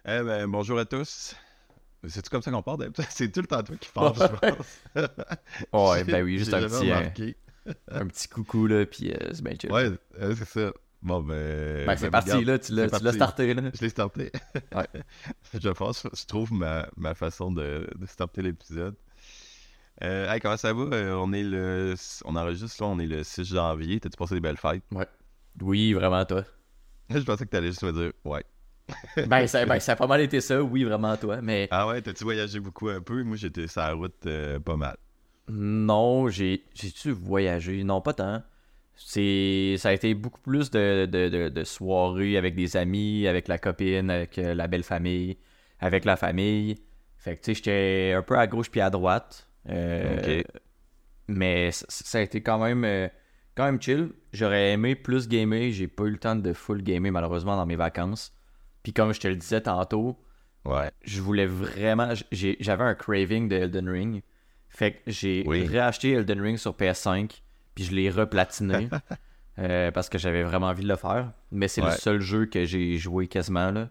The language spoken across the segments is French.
Bonjour à tous. C'est-tu comme ça qu'on parle d'habitude? C'est tout le temps toi qui parle, je pense. Ouais, ben oui, juste J'ai un jamais petit, remarqué. un petit coucou, là, puis c'est bien chill. Ouais, c'est ça. Bon, Ben, c'est ben, parti, regarde, là, c'est tu l'as parti. starté, là. Je l'ai starté. Ouais. Je trouve ma façon de starter l'épisode. Hey, comment ça va? On enregistre là, on est le 6 janvier. T'as-tu passé des belles fêtes? Ouais. Oui, vraiment, toi. Je pensais que t'allais juste me dire ouais. Ça a pas mal été ça, oui, vraiment, toi, mais Ah ouais, t'as-tu voyagé beaucoup un peu? Moi, j'étais sur la route pas mal. non, j'ai-tu voyagé? Non, pas tant. Ça a été beaucoup plus de soirées avec des amis, avec la copine, avec la belle famille, avec la famille. Fait que, tu sais, j'étais un peu à gauche puis à droite. Ok. Mais ça a été quand même chill. J'aurais aimé plus gamer. J'ai pas eu le temps de full gamer malheureusement dans mes vacances. Puis comme je te le disais tantôt, Ouais. je voulais vraiment... J'avais un craving de Elden Ring. Fait que j'ai Oui. réacheté Elden Ring sur PS5. Puis je l'ai replatiné. Parce que j'avais vraiment envie de le faire. Mais c'est le Ouais. seul jeu que j'ai joué quasiment là.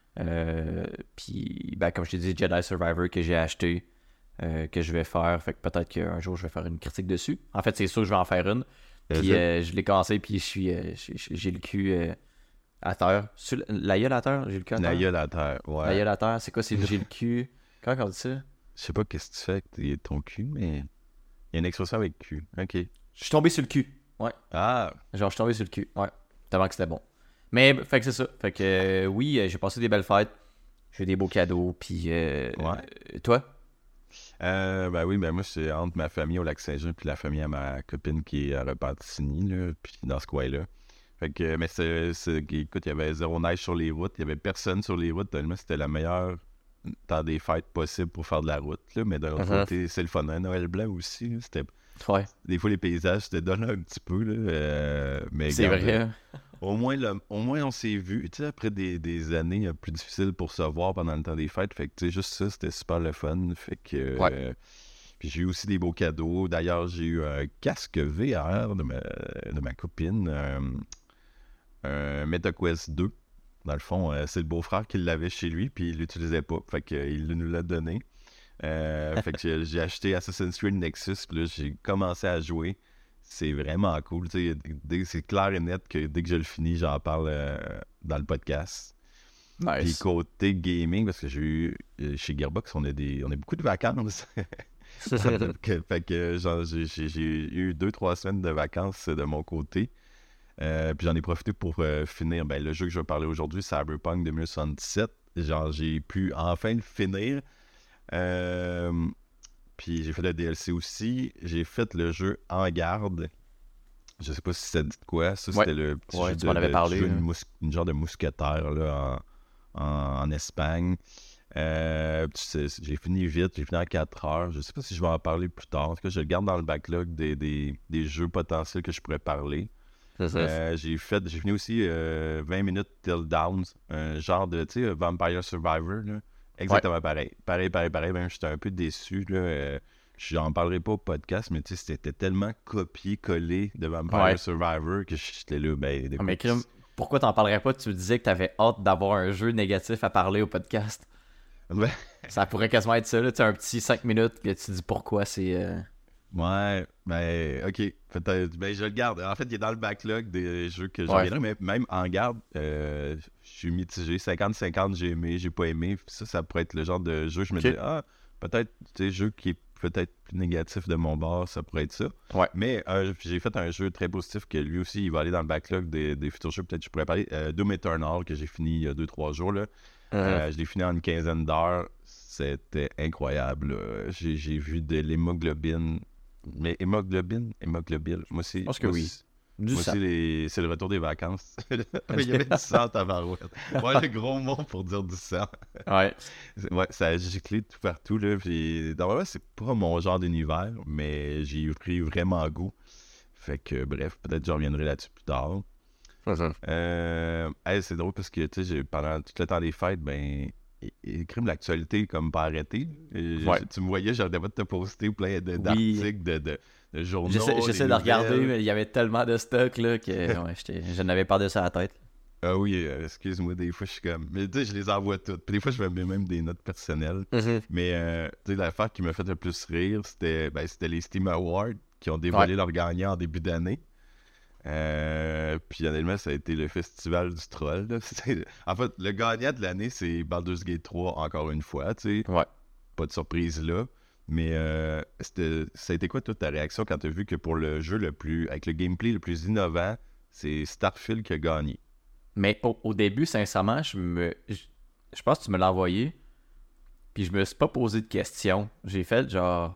Puis ben, comme je t'ai dit, Jedi Survivor que j'ai acheté. Que je vais faire. Fait que peut-être qu'un jour, je vais faire une critique dessus. En fait, c'est sûr que je vais en faire une. Puis je l'ai commencé, puis j'ai le cul à terre. La gueule à terre? J'ai le cul à La terre? gueule à terre, La ouais. gueule à terre, c'est quoi? C'est j'ai le cul... Comment on dit ça? Je sais pas qu'est-ce que tu fais avec ton cul, mais il y a une expression avec cul. Ok. Je suis tombé sur le cul. Ouais. Ah, Genre, je suis tombé sur le cul. Ouais. Tellement que c'était bon. Mais, fait que c'est ça. Fait que, oui, j'ai passé des belles fêtes. J'ai eu des beaux cadeaux, puis... toi? ben oui, ben moi, c'est entre ma famille au Lac-Saint-Jean puis la famille à ma copine qui est à Repentigny, là, puis dans ce coin-là. Fait que, mais écoute, il y avait zéro neige sur les routes, il y avait personne sur les routes, tellement c'était la meilleure temps des fêtes possible pour faire de la route, là, mais d'un autre Mhm. côté, c'est le fun. Un Noël blanc aussi, là, Ouais. des fois les paysages, c'était donné un petit peu, là, mais C'est regarde, vrai. au moins on s'est vu, tu sais, après des années plus difficiles pour se voir pendant le temps des fêtes, fait que, tu sais, juste ça, c'était super le fun, fait que... Ouais. puis j'ai eu aussi des beaux cadeaux. D'ailleurs, j'ai eu un casque VR de ma copine, un MetaQuest 2. Dans le fond, c'est le beau-frère qui l'avait chez lui, puis il l'utilisait pas, fait qu'il nous l'a donné. Fait que j'ai acheté Assassin's Creed Nexus, puis là, j'ai commencé à jouer. C'est vraiment cool. Tu sais, c'est clair et net que dès que je le finis, j'en parle dans le podcast. Puis Nice. côté gaming, parce que j'ai eu chez Gearbox, on a beaucoup de vacances. Fait que genre, j'ai eu 2-3 semaines de vacances de mon côté. Puis j'en ai profité pour finir le jeu que je vais parler aujourd'hui, Cyberpunk 2077. Genre, j'ai pu enfin le finir. Euh, Puis j'ai fait le DLC aussi. J'ai fait le jeu En Garde. Je sais pas si ça dit de quoi. Ça, Ouais. c'était le petit Ouais, jeu tu m'en avais tu parlé, jouais là. une genre de mousquetaire là, en Espagne. J'ai fini vite, j'ai fini en 4 heures. Je sais pas si je vais en parler plus tard. En tout cas, je le garde dans le backlog des jeux potentiels que je pourrais parler. C'est ça. J'ai fini aussi 20 minutes Till Downs, un genre de, tu sais, Vampire Survivor, là. Ouais. Exactement pareil. Pareil. Même, j'étais un peu déçu, là. J'en parlerai pas au podcast, mais tu sais, c'était tellement copié-collé de Vampire Ouais. Survivor que j'étais là, Ah, mais écoute, crime, pourquoi t'en parlerais pas? Tu me disais que t'avais hâte d'avoir un jeu négatif à parler au podcast. ben, Ça pourrait quasiment être ça, là. Tu sais, un petit 5 minutes que tu dis pourquoi c'est... ouais, ok. Peut-être, je le garde. En fait, il est dans le backlog des jeux que j'en Ouais. reviendrai, mais même en garde, je suis mitigé. 50-50, j'ai aimé, j'ai pas aimé. Ça pourrait être le genre de jeu, je me Ok. dis, peut-être, tu sais, jeu qui est peut-être plus négatif de mon bord, ça pourrait être ça. Ouais. Mais j'ai fait un jeu très positif que lui aussi, il va aller dans le backlog des futurs jeux. Peut-être que je pourrais parler. Doom Eternal, que j'ai fini il y a 2-3 jours, là. Je l'ai fini en une quinzaine d'heures. C'était incroyable, là. J'ai vu de l'hémoglobine. Mais hémoglobine? Moi, Je pense que oui. Du sang. c'est le retour des vacances. Mais il y avait du sang à Tabarouette. Ouais, le gros mot pour dire du sang. Ouais. Ouais, ça a giclé tout partout, là. Puis, normalement, c'est pas mon genre d'univers, mais j'ai pris vraiment goût. Fait que, bref, peut-être que je reviendrai là-dessus plus tard. C'est ça. C'est drôle parce que, tu sais, pendant tout le temps des fêtes, crime l'actualité comme pas arrêté. Ouais. Tu me voyais, j'arrêtais pas de te poster plein Oui. d'articles, de journaux, J'essaie des de regarder, nouvelles. mais il y avait tellement de stock là que ouais, je n'avais pas de ça à la tête. Ah oui, excuse-moi, des fois, je suis comme... Mais tu sais, je les envoie toutes. Puis des fois, je mets même des notes personnelles. Mais, tu sais, l'affaire qui m'a fait le plus rire, c'était les Steam Awards qui ont Ouais. dévoilé leur gagnant en début d'année. Puis honnêtement, ça a été le festival du troll, là. En fait, le gagnant de l'année, c'est Baldur's Gate 3, encore une fois, tu sais. Ouais. Pas de surprise là. Mais ça a été quoi toute ta réaction quand tu as vu que pour le jeu avec le gameplay le plus innovant, c'est Starfield qui a gagné? Mais au début, sincèrement, je pense que tu me l'as envoyé, puis je me suis pas posé de questions. J'ai fait genre...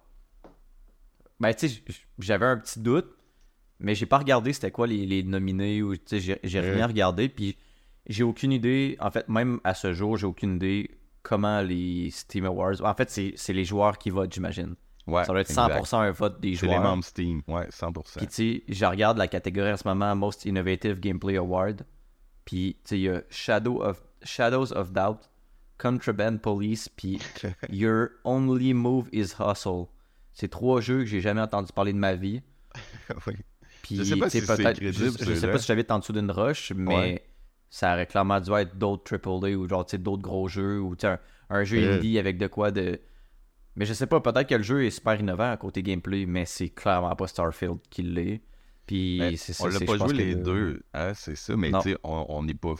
Ben, tu sais, j'avais un petit doute, mais j'ai pas regardé c'était quoi les nominés, ou tu sais, j'ai rien regardé, puis j'ai aucune idée. En fait, même à ce jour, j'ai aucune idée comment les Steam Awards... En fait, c'est les joueurs qui votent, j'imagine. Ouais, Ça doit être exact. 100% un vote des C'est les joueurs. membres Steam, ouais, 100%. Puis tu sais, je regarde la catégorie en ce moment, Most Innovative Gameplay Award. Puis tu sais, il y a Shadows of Doubt, Contraband Police, puis Your Only Move is Hustle. C'est 3 jeux que j'ai jamais entendu parler de ma vie. Oui. Puis Je sais pas tu sais, si c'est peut-être, crédible, je sais ceux-là. pas si j'habite en dessous d'une roche, mais Ouais. ça aurait clairement dû être d'autres AAA ou genre tu sais d'autres gros jeux ou tu sais un jeu indie avec de quoi de. Mais je sais pas, peut-être que le jeu est super innovant à côté gameplay, mais c'est clairement pas Starfield qui l'est. Puis Ben, c'est ça, on l'a je pas pense joué que les deux, hein, c'est ça, mais Non. tu sais, on n'est pas,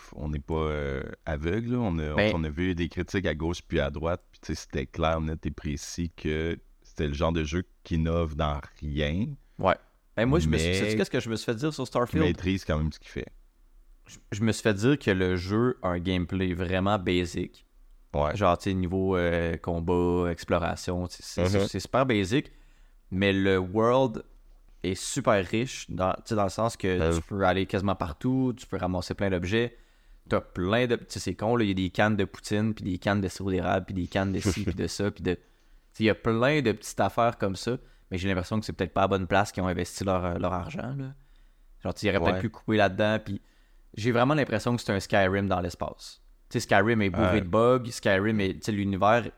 aveugle, là. Ben, On a vu des critiques à gauche puis à droite, puis tu sais, c'était clair, net et précis que c'était le genre de jeu qui innove dans rien, ouais. Ben moi, sais-tu mais qu'est-ce que je me suis fait dire sur qui Starfield? maîtrise quand même ce qu'il fait. Je me suis fait dire que le jeu a un gameplay vraiment basic. Ouais. Genre, tu sais, niveau combat, exploration, tu sais, c'est super basic. Mais le world est super riche, tu sais, dans le sens que tu peux aller quasiment partout, tu peux ramasser plein d'objets. T'as plein de... Tu sais, c'est con, là, il y a des cannes de poutine, puis des cannes de sirop d'érable, puis des cannes de ci, puis de ça, puis de... Tu sais, il y a plein de petites affaires comme ça, mais j'ai l'impression que c'est peut-être pas à bonne place qu'ils ont investi leur argent, là. Genre, tu sais, ils auraient peut-être pu couper là-dedans, puis j'ai vraiment l'impression que c'est un Skyrim dans l'espace. Tu sais, Skyrim est bourré de bugs, Skyrim est... Tu sais, l'univers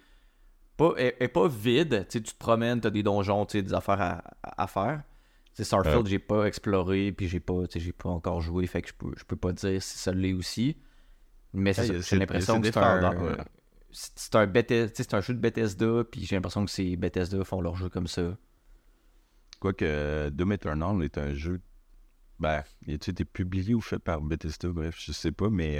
est pas vide, tu sais, tu te promènes, t'as des donjons, tu sais, des affaires à faire. Tu sais, Starfield, j'ai pas exploré, puis j'ai pas encore joué, fait que je peux pas dire si ça l'est aussi. Mais j'ai l'impression que c'est un Bethesda, c'est un jeu de Bethesda, puis j'ai l'impression que Bethesda font leur jeu comme ça. Quoique Doom Eternal est un jeu, ben, il a été publié ou fait par Bethesda, bref, je sais pas, mais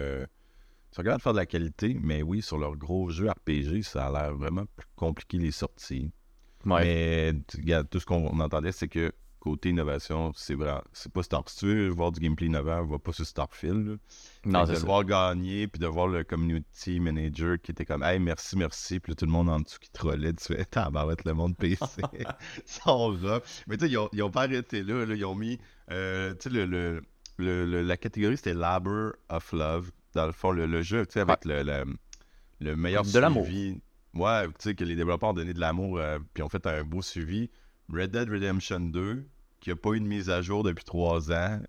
tu regardes faire de la qualité, mais oui, sur leur gros jeu RPG, ça a l'air vraiment plus compliqué les sorties. Ouais. Mais regarde, tout ce qu'on entendait, c'est que côté innovation, c'est pas Starfield. Si tu veux voir du gameplay innovant, va pas sur Starfield. Là. Non, de le voir gagner, puis de voir le community manager qui était comme hey, merci, puis là, tout le monde en dessous qui trollait, tu fais tabarouette, le monde PC. Sont rats. Mais tu sais, ils ont pas arrêté là, ils ont mis tu sais, la catégorie c'était Labor of Love. Dans le fond, le jeu, tu sais, avec le meilleur de l'amour. suivi. Ouais, tu sais, que les développeurs ont donné de l'amour, puis ont fait un beau suivi. Red Dead Redemption 2, qui a pas eu de mise à jour depuis 3 ans,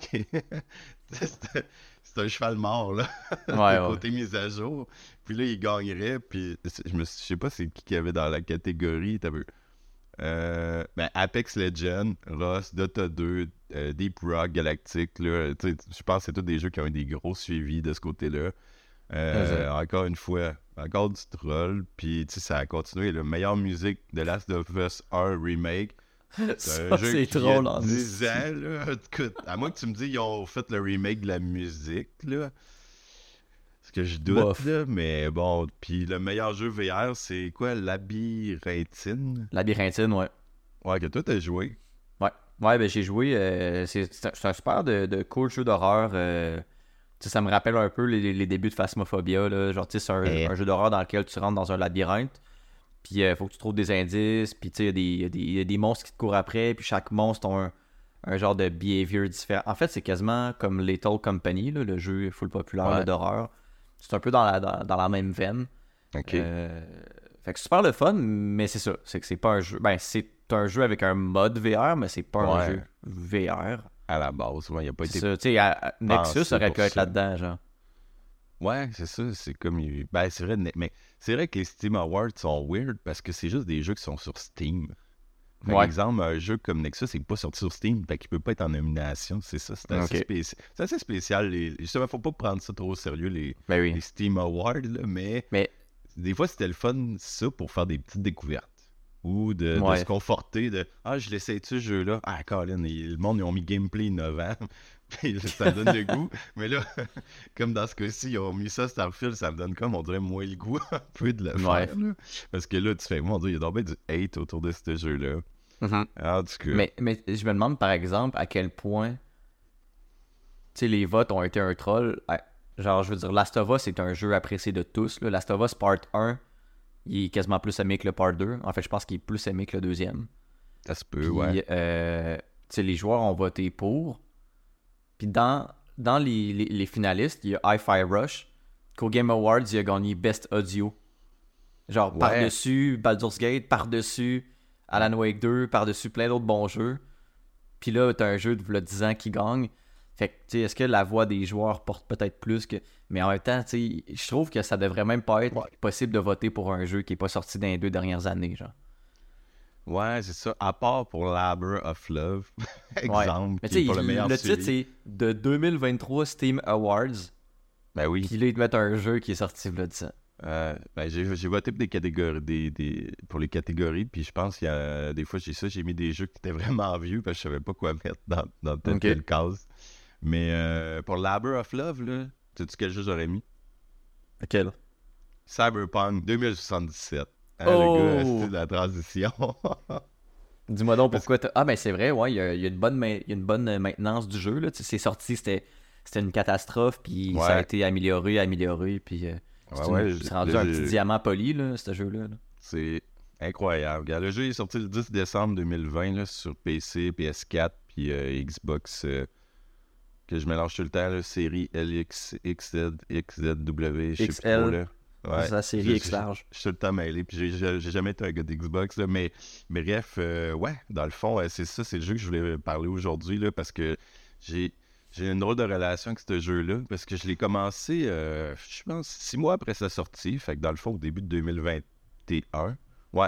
c'est un cheval mort, là, côté mise à jour. Puis là, il gagnerait, puis je sais pas c'est qui qu'il y avait dans la catégorie, t'as vu. Ben Apex Legends, Rust, Dota 2, Deep Rock Galactic, là, je pense que c'est tous des jeux qui ont eu des gros suivis de ce côté-là. Encore une fois, encore du troll, puis ça a continué. La meilleure musique de Last of Us 1 Remake. C'est un jeu qui drôle, a 10 ans, là. Écoute, à moins que tu me dises qu'ils ont fait le remake de la musique, là. Ce que je doute, là, mais bon. Puis le meilleur jeu VR, c'est quoi? Labyrinthine? Labyrinthine, ouais. Ouais, que toi, t'as joué. Ouais, ben j'ai joué. C'est un super de cool jeu d'horreur. Ça me rappelle un peu les débuts de Phasmophobia, là. Genre, tu sais, c'est un jeu d'horreur dans lequel tu rentres dans un labyrinthe. Puis il faut que tu trouves des indices. Puis tu sais, il y a des monstres qui te courent après. Puis chaque monstre a un genre de behavior différent. En fait, c'est quasiment comme Lethal Company, là, le jeu full populaire là, d'horreur. C'est un peu dans la même veine. Ok. Fait que c'est super le fun, mais c'est ça. C'est que c'est pas un jeu. Ben, c'est un jeu avec un mode VR, mais c'est pas un jeu VR. À la base, ouais, il a pas été. C'est ça, tu sais, Nexus aurait pu être là-dedans, genre. Ouais, c'est ça, c'est comme... Ben, c'est vrai, mais c'est vrai que les Steam Awards sont weird parce que c'est juste des jeux qui sont sur Steam. Par Ouais. exemple, un jeu comme Nexus n'est pas sorti sur Steam, fait qu'il peut pas être en nomination. C'est ça, c'est assez, Ok. c'est assez spécial. Justement, faut pas prendre ça trop au sérieux, Ben oui. les Steam Awards, là, mais Mais, des fois, c'était le fun, ça, pour faire des petites découvertes. Ou de se ouais. conforter de Ah, je l'essaie-tu ce jeu-là? Ah, Colin, le monde, ils ont mis gameplay innovant. Puis ça me donne le goût. Mais là, comme dans ce cas-ci, ils ont mis ça Starfield, ça me donne comme, on dirait, moins le goût un peu de le Ouais. faire. Là. Parce que là, tu fais, mon Dieu, il y a donc bien du hate autour de ce jeu-là. Mhm. En tout cas, Mais je me demande, par exemple, à quel point, tu sais, les votes ont été un troll. Genre, je veux dire, Last of Us est un jeu apprécié de tous. Là. Last of Us Part 1, il est quasiment plus aimé que le Part 2. En fait, je pense qu'il est plus aimé que le deuxième. ça se peut, ouais. Puis, tu sais, les joueurs ont voté pour. Puis dans les finalistes, il y a Hi-Fi Rush, qu'au Game Awards, il a gagné Best Audio. Genre, Ouais. par-dessus Baldur's Gate, par-dessus Alan Wake 2, par-dessus plein d'autres bons jeux. Puis là, t'as un jeu de 10 ans qui gagne. Fait que, tu sais, est-ce que la voix des joueurs porte peut-être plus que... Mais en même temps, tu sais, je trouve que ça devrait même pas être possible de voter pour un jeu qui est pas sorti dans les 2 dernières années, genre. Ouais, c'est ça. À part pour Labor of Love, Ouais. exemple, Mais qui est tu pour sais, le meilleur le titre, suivi. c'est de 2023 Steam Awards. Ben oui. Puis là, ils te mettent un jeu qui est sorti il y a 10 ans. Ben j'ai voté pour des catégories, pour les catégories, puis je pense qu'il y a des fois j'ai mis des jeux qui étaient vraiment vieux parce que je savais pas quoi mettre dans telle Ok. telle case. Mais pour Labor of Love, là, sais-tu quel jeu j'aurais mis? Lequel? Cyberpunk 2077. Hein, Oh! le gars, c'est de la transition. Dis-moi donc Parce- pourquoi t'as... Ah, ben c'est vrai, ouais, il y a une bonne, il y a une bonne maintenance du jeu, là. Tu sais, c'est sorti, c'était une catastrophe, puis ça a Ouais, été amélioré, puis ouais, c'est rendu un petit diamant poli, là, ce jeu-là. Là. c'est incroyable. Regarde, le jeu est sorti le 10 décembre 2020 là, sur PC, PS4, puis Xbox, que je mélange tout le temps, là, série LX, XZ, XZW, je sais plus trop, XL, là. c'est Ouais, la série X je large. suis tout le temps mêlé, puis j'ai jamais été un gars d'Xbox, là, mais bref, ouais, dans le fond, c'est ça, c'est le jeu que je voulais parler aujourd'hui, là, parce que j'ai j'ai une drôle de relation avec ce jeu-là, parce que je l'ai commencé, je pense, 6 mois après sa sortie, fait que dans le fond, au début de 2021, ouais,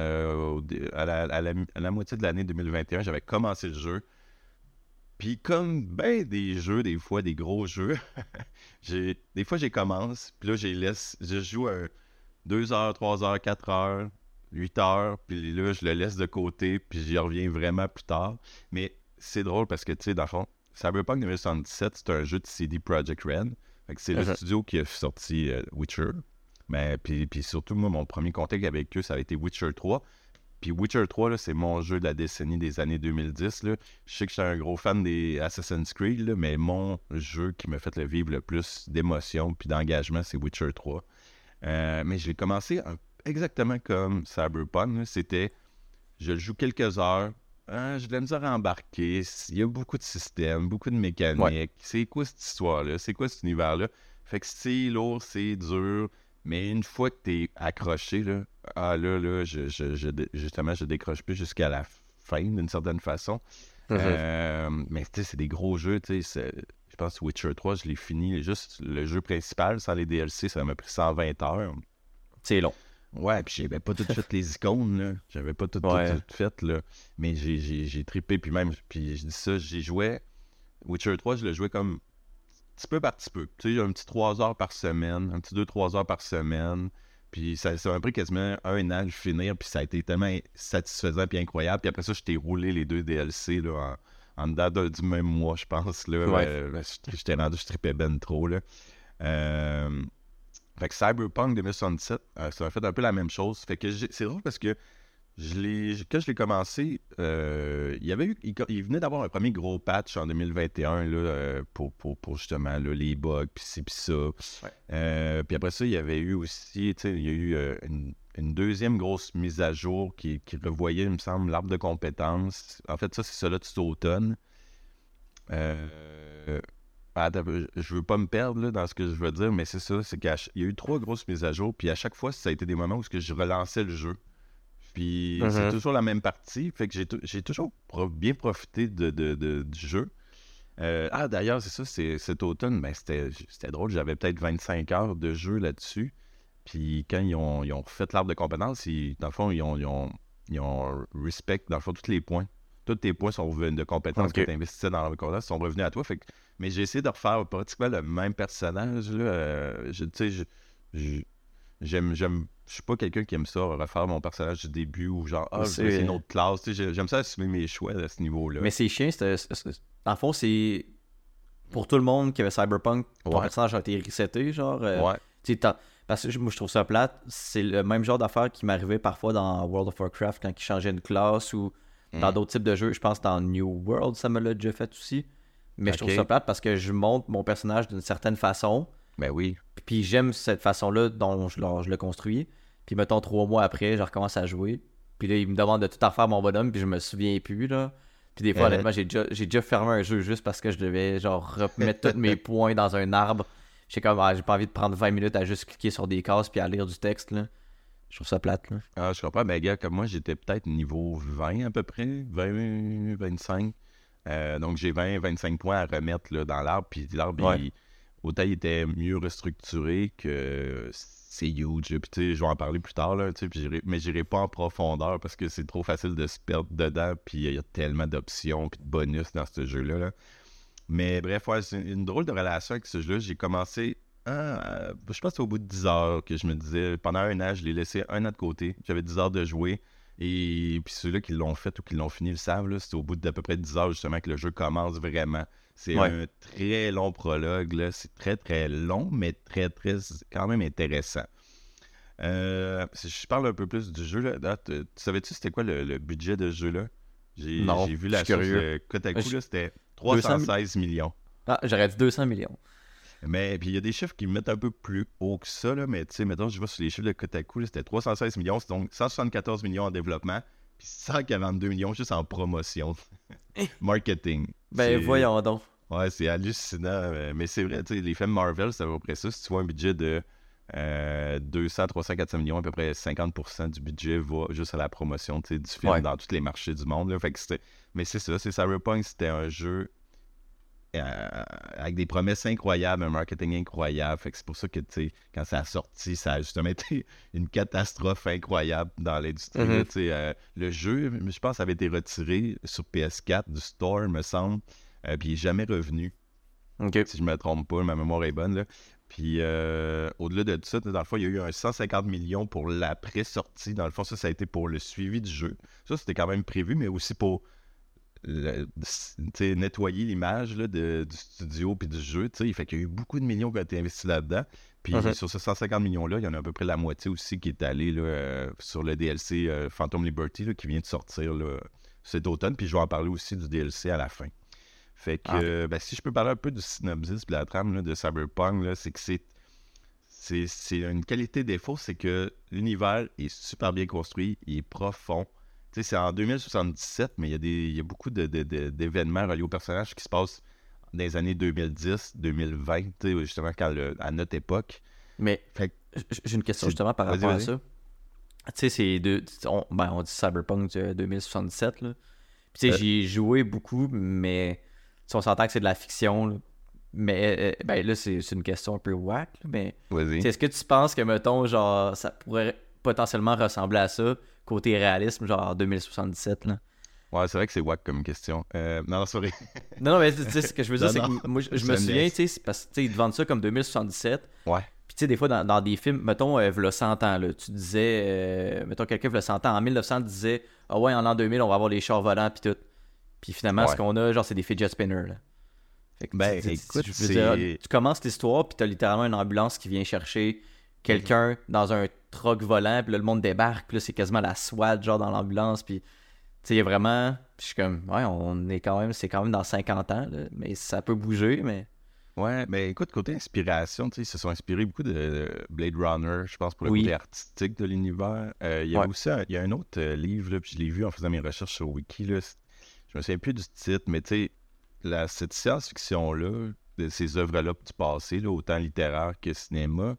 à la moitié de l'année 2021, j'avais commencé le jeu, puis comme ben des jeux, des fois des gros jeux, des fois j'ai commence, puis là je joue 2 heures, 3 heures, 4 heures, 8 heures, puis là je le laisse de côté, puis j'y reviens vraiment plus tard. Mais c'est drôle parce que tu sais, dans le fond, Cyberpunk 2077, c'est un jeu de CD Projekt Red. Fait que c'est le Mhm. studio qui a sorti Witcher. Mais puis surtout, moi, mon premier contact avec eux, ça a été Witcher 3. Puis Witcher 3, là, c'est mon jeu de la décennie des années 2010. Là. Je sais que je suis un gros fan des Assassin's Creed, là, mais mon jeu qui m'a fait le vivre le plus d'émotion puis d'engagement, c'est Witcher 3. Mais je l'ai commencé exactement comme Cyberpunk. Là. C'était, je le joue quelques heures, j'ai de la misère à embarquer, il y a beaucoup de systèmes, beaucoup de Ouais. mécaniques. C'est quoi cette histoire-là? C'est quoi cet univers-là? Fait que c'est lourd, c'est dur, mais une fois que t'es accroché, là, là, justement, je décroche plus jusqu'à la fin, d'une certaine façon. Mhm. Mais tu sais, c'est des gros jeux, tu sais. Je pense que Witcher 3, je l'ai fini, juste le jeu principal, sans les DLC, ça m'a pris 120 heures. C'est long. Ouais, puis j'avais pas tout fait les icônes, là. J'avais pas Ouais. tout fait, là. Mais j'ai trippé, puis même, puis je dis ça, j'y jouais. Witcher 3, je le jouais comme petit peu par petit peu. Tu sais, un petit 3 heures par semaine, un petit 2-3 heures par semaine. Puis ça m'a pris quasiment un an de finir, puis ça a été tellement satisfaisant puis incroyable. Puis après ça, je t'ai roulé les 2 DLC là, en dedans du même mois, je pense. Là, Ouais. j'étais rendu, je trippais ben trop. Là. Euh, Fait que Cyberpunk 2077, ça m'a fait un peu la même chose. Fait que c'est drôle parce que quand je l'ai commencé, il venait d'avoir un premier gros patch en 2021 là, pour justement là, les bugs, puis ci, puis ça. Ouais. Puis après ça, il y avait eu aussi, tu sais, il y a eu une deuxième grosse mise à jour qui revoyait, il me semble, l'arbre de compétences. En fait, ça, c'est ça là de cet automne. Euh, Attends, je veux pas me perdre là, dans ce que je veux dire, mais c'est ça, c'est qu'il y a eu 3 grosses mises à jour, puis à chaque fois, ça a été des moments où je relançais le jeu. Puis c'est Mhm. toujours la même partie, fait que j'ai toujours bien profité du jeu. D'ailleurs, c'est ça, cet automne, ben, c'était drôle, j'avais peut-être 25 heures de jeu là-dessus. Puis quand ils ont refait l'arbre de compétences, dans le fond, ils ont respect, dans le fond, tous les points. Tous tes points sont revenus de compétences que tu investissais dans le contest sont revenus à toi. Fait que, mais j'ai essayé de refaire pratiquement le même personnage. Là. Tu sais, j'aime, je suis pas quelqu'un qui aime ça, refaire mon personnage du début ou genre, je vais essayer une autre classe. Tu sais, j'aime ça assumer mes choix à ce niveau-là. Mais c'est chiant, dans le fond, c'est pour tout le monde qui avait Cyberpunk, ton personnage a été reseté, genre. Tu sais, parce que moi, je trouve ça plate. C'est le même genre d'affaire qui m'arrivait parfois dans World of Warcraft quand ils changeaient une classe ou dans d'autres types de jeux. Je pense que dans New World, ça me l'a déjà fait aussi. Mais je trouve ça plate parce que je monte mon personnage d'une certaine façon. Ben oui. Puis j'aime cette façon-là dont je le construis. Puis mettons 3 mois après, je recommence à jouer. Puis là, il me demande de tout refaire mon bonhomme, puis je me souviens plus, là. Puis des fois, honnêtement, j'ai déjà fermé un jeu juste parce que je devais, genre, remettre tous mes points dans un arbre. J'ai comme, j'ai pas envie de prendre 20 minutes à juste cliquer sur des cases puis à lire du texte, là. Je trouve ça plate, là. Ah, je comprends. Mais gars, comme moi, j'étais peut-être niveau 20 à peu près, 20, 25. Donc, j'ai 20, 25 points à remettre là, dans l'arbre. Puis l'arbre, autant il était mieux restructuré que c'est huge. Puis, tu sais, je vais en parler plus tard, là, mais j'irai pas en profondeur parce que c'est trop facile de se perdre dedans. Puis, il y a tellement d'options puis de bonus dans ce jeu-là. Là. Mais bref, c'est une drôle de relation avec ce jeu-là. J'ai commencé, je pense au bout de 10 heures que je me disais, pendant un an, je l'ai laissé un an de côté. J'avais 10 heures de jouer. Et puis ceux-là qui l'ont fait ou qui l'ont fini le savent, là, c'est au bout d'à peu près 10 heures justement que le jeu commence vraiment. C'est un très long prologue, là. C'est très très long, mais très très quand même intéressant. Si je parle un peu plus du jeu, là, savais-tu c'était quoi le budget de ce jeu-là? J'ai vu la source de Kotaku, là, c'était 316 millions. Ah, j'aurais dit 200 millions. Mais puis il y a des chiffres qui me mettent un peu plus haut que ça, là, mais tu sais, mettons, je vois sur les chiffres de Kotaku, là, c'était 316 millions, c'est donc 174 millions en développement, puis 142 millions juste en promotion. Marketing. Ben voyons donc. Ouais, c'est hallucinant, mais c'est vrai, tu sais, les films Marvel, c'est à peu près ça. Si tu vois un budget de 200, 300, 400 millions, à peu près 50% du budget va juste à la promotion du film dans tous les marchés du monde. Là. Fait que mais c'est ça, c'est Cyberpunk, c'était un jeu avec des promesses incroyables, un marketing incroyable. Fait que c'est pour ça que, tu sais, quand ça a sorti, ça a justement été une catastrophe incroyable dans l'industrie. Là, le jeu, je pense, avait été retiré sur PS4 du store, me semble, puis il n'est jamais revenu. Si je me trompe pas, ma mémoire est bonne, là. Puis, au-delà de ça, dans le fond, il y a eu un 150 millions pour l'après-sortie. Dans le fond, ça a été pour le suivi du jeu. Ça, c'était quand même prévu, mais aussi pour nettoyer l'image là, du studio puis du jeu. Il fait qu'il y a eu beaucoup de millions qui ont été investis là-dedans. Puis sur ces 150 millions-là, il y en a à peu près la moitié aussi qui est allée là, sur le DLC Phantom Liberty là, qui vient de sortir là, cet automne. Puis je vais en parler aussi du DLC à la fin. Fait que si je peux parler un peu du synopsis de la trame là, de Cyberpunk, là, c'est que c'est une qualité défaut, c'est que l'univers est super bien construit, il est profond. Tu sais, c'est en 2077, mais il y a beaucoup d'événements reliés au personnage qui se passent dans les années 2010, 2020, justement à notre époque. Mais j'ai une question justement par rapport à ça. Tu sais, on dit Cyberpunk 2077, là. Puis tu sais, j'y ai joué beaucoup, mais on s'entend que c'est de la fiction, là. Mais là, c'est une question un peu whack, là, mais est-ce que tu penses que, mettons, genre, ça pourrait potentiellement ressembler à ça, côté réalisme, genre en 2077, là? Ouais, c'est vrai que c'est whack comme question. Non, sorry. non, mais tu sais, ce que je veux dire, c'est que moi, je me souviens, tu sais, parce que ils te vendent ça comme 2077. Ouais. Puis tu sais, des fois, dans des films, mettons, v'là 100 ans, là, tu disais, mettons, quelqu'un v'là 100 ans, en 1900, disait, ah ouais, en l'an 2000, on va avoir les chars volants, puis tout. Puis finalement, ce qu'on a, genre, c'est des fidget spinners, là. Fait que, écoute, tu commences l'histoire, puis t'as littéralement une ambulance qui vient chercher quelqu'un dans un truck volant, puis là, le monde débarque, puis là, c'est quasiment la SWAT, genre, dans l'ambulance, puis tu sais, il y a vraiment... Puis je suis comme, ouais, c'est quand même dans 50 ans, là, mais ça peut bouger, mais... Ouais, mais écoute, côté inspiration, tu sais, ils se sont inspirés beaucoup de Blade Runner, je pense, pour le côté artistique de l'univers. Il y a aussi il y a un autre livre, là, puis je l'ai vu en faisant mes recherches sur Wiki, là, je me souviens plus du titre, mais tu sais, cette science-fiction-là, de ces œuvres-là du passé, là, autant littéraire que cinéma,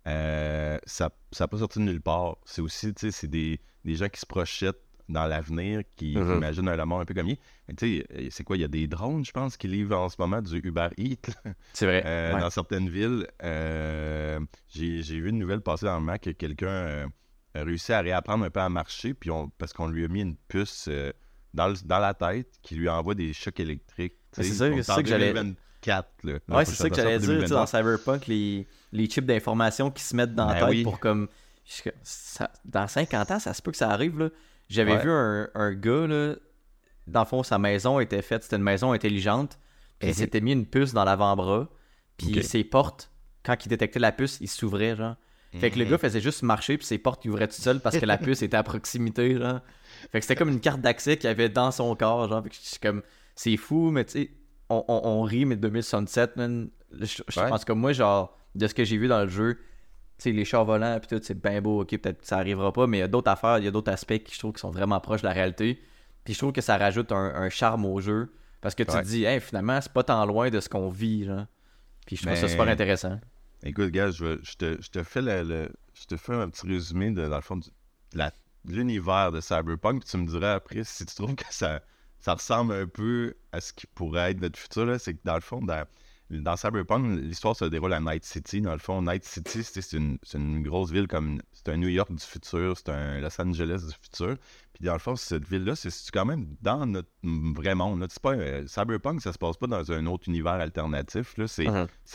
ça n'a pas sorti de nulle part. C'est aussi, tu sais, c'est des gens qui se projettent dans l'avenir, qui imaginent un monde un peu comme il est. Mais tu sais, c'est quoi, il y a des drones, je pense, qui livrent en ce moment du Uber Eats. C'est vrai. Dans certaines villes. J'ai vu une nouvelle passer dans le Mac que quelqu'un réussi à réapprendre un peu à marcher, puis parce qu'on lui a mis une puce dans la tête qui lui envoie des chocs électriques. C'est ça que j'allais... 2024, là. Ouais, c'est ça que j'allais dire, dans Cyberpunk, les chips d'information qui se mettent dans la tête pour comme... dans 50 ans, ça se peut que ça arrive, là. J'avais vu un gars, là, dans le fond, sa maison était faite, c'était une maison intelligente, puis il s'était mis une puce dans l'avant-bras, puis ses portes, quand il détectait la puce, il s'ouvrait, genre. Fait que le gars faisait juste marcher, puis ses portes, il ouvrait tout seul parce que la puce était à proximité, genre. Fait que c'était comme une carte d'accès qu'il avait dans son corps, genre. Fait que je suis comme, c'est fou, mais tu sais, on rit, mais 2067, man, je pense que moi, genre, de ce que j'ai vu dans le jeu, tu sais, les chars volants, puis tout, c'est bien beau, ok, peut-être que ça arrivera pas, mais il y a d'autres affaires, il y a d'autres aspects qui je trouve qui sont vraiment proches de la réalité. Puis je trouve que ça rajoute un charme au jeu, parce que tu te dis, hey, finalement, c'est pas tant loin de ce qu'on vit, genre. Puis je trouve ça super intéressant. Écoute, gars, je te fais je te fais un petit résumé dans le fond de l'univers de Cyberpunk, puis tu me dirais après si tu trouves que ça ressemble un peu à ce qui pourrait être notre futur, là. C'est que dans le fond, dans Cyberpunk, l'histoire se déroule à Night City. Dans le fond, Night City, c'est une grosse ville comme... C'est un New York du futur, c'est un Los Angeles du futur. Puis dans le fond, cette ville-là, c'est quand même dans notre vrai monde. Là. C'est pas, Cyberpunk, ça se passe pas dans un autre univers alternatif. Là. C'est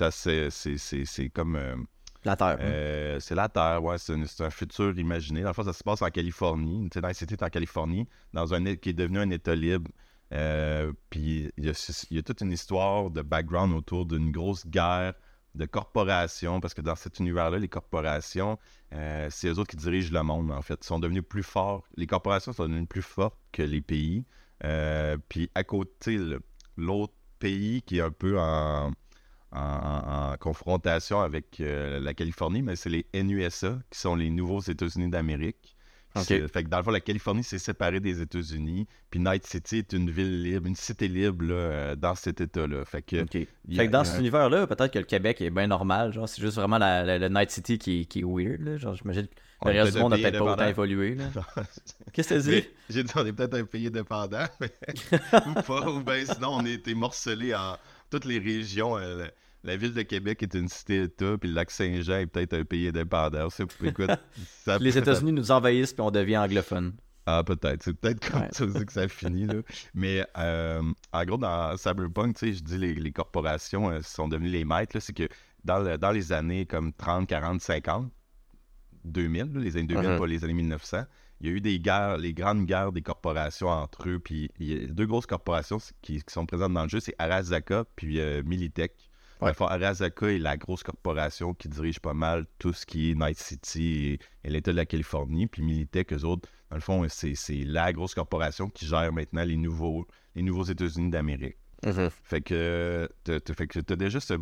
comme... la Terre. C'est la Terre, ouais. C'est un futur imaginé. Dans le fond, ça se passe en Californie. Tu sais, Night City est en Californie, qui est devenu un État libre. Puis il y a toute une histoire de background autour d'une grosse guerre de corporations, parce que dans cet univers-là, les corporations, c'est eux autres qui dirigent le monde, en fait. Ils sont devenus plus forts. Les corporations sont devenues plus fortes que les pays. Puis à côté, l'autre pays qui est un peu en confrontation avec la Californie, mais c'est les NUSA, qui sont les nouveaux États-Unis d'Amérique. Fait que dans le fond, la Californie s'est séparée des États-Unis, puis Night City est une ville libre, une cité libre là, dans cet état-là. Fait que, fait que dans cet univers-là, peut-être que le Québec est bien normal, genre c'est juste vraiment le Night City qui est weird, là. Genre j'imagine que le reste du monde n'a peut-être pas autant évolué, là. Qu'est-ce que tu dis? J'ai dit on est peut-être un pays indépendant, mais ou pas, ou bien sinon on a été morcelé en toutes les régions. La ville de Québec est une cité-État, puis le lac Saint-Jean est peut-être un pays indépendant. Écoute, les États-Unis nous envahissent, puis on devient anglophone. Ah, peut-être. C'est peut-être comme ça aussi que ça finit. Là. Mais en gros, dans Cyberpunk, tu sais, je dis les corporations sont devenues les maîtres. C'est que dans les années comme 30, 40, 50, 2000, là, les années 2000, pas les années 1900, il y a eu des guerres, les grandes guerres des corporations entre eux. Puis il y a deux grosses corporations qui sont présentes dans le jeu, c'est Arasaka puis Militech. Arasaka est la grosse corporation qui dirige pas mal tout ce qui est Night City et l'État de la Californie. Puis Militech, eux autres, dans le fond, c'est la grosse corporation qui gère maintenant les nouveaux États-Unis d'Amérique. Fait que t'as déjà ce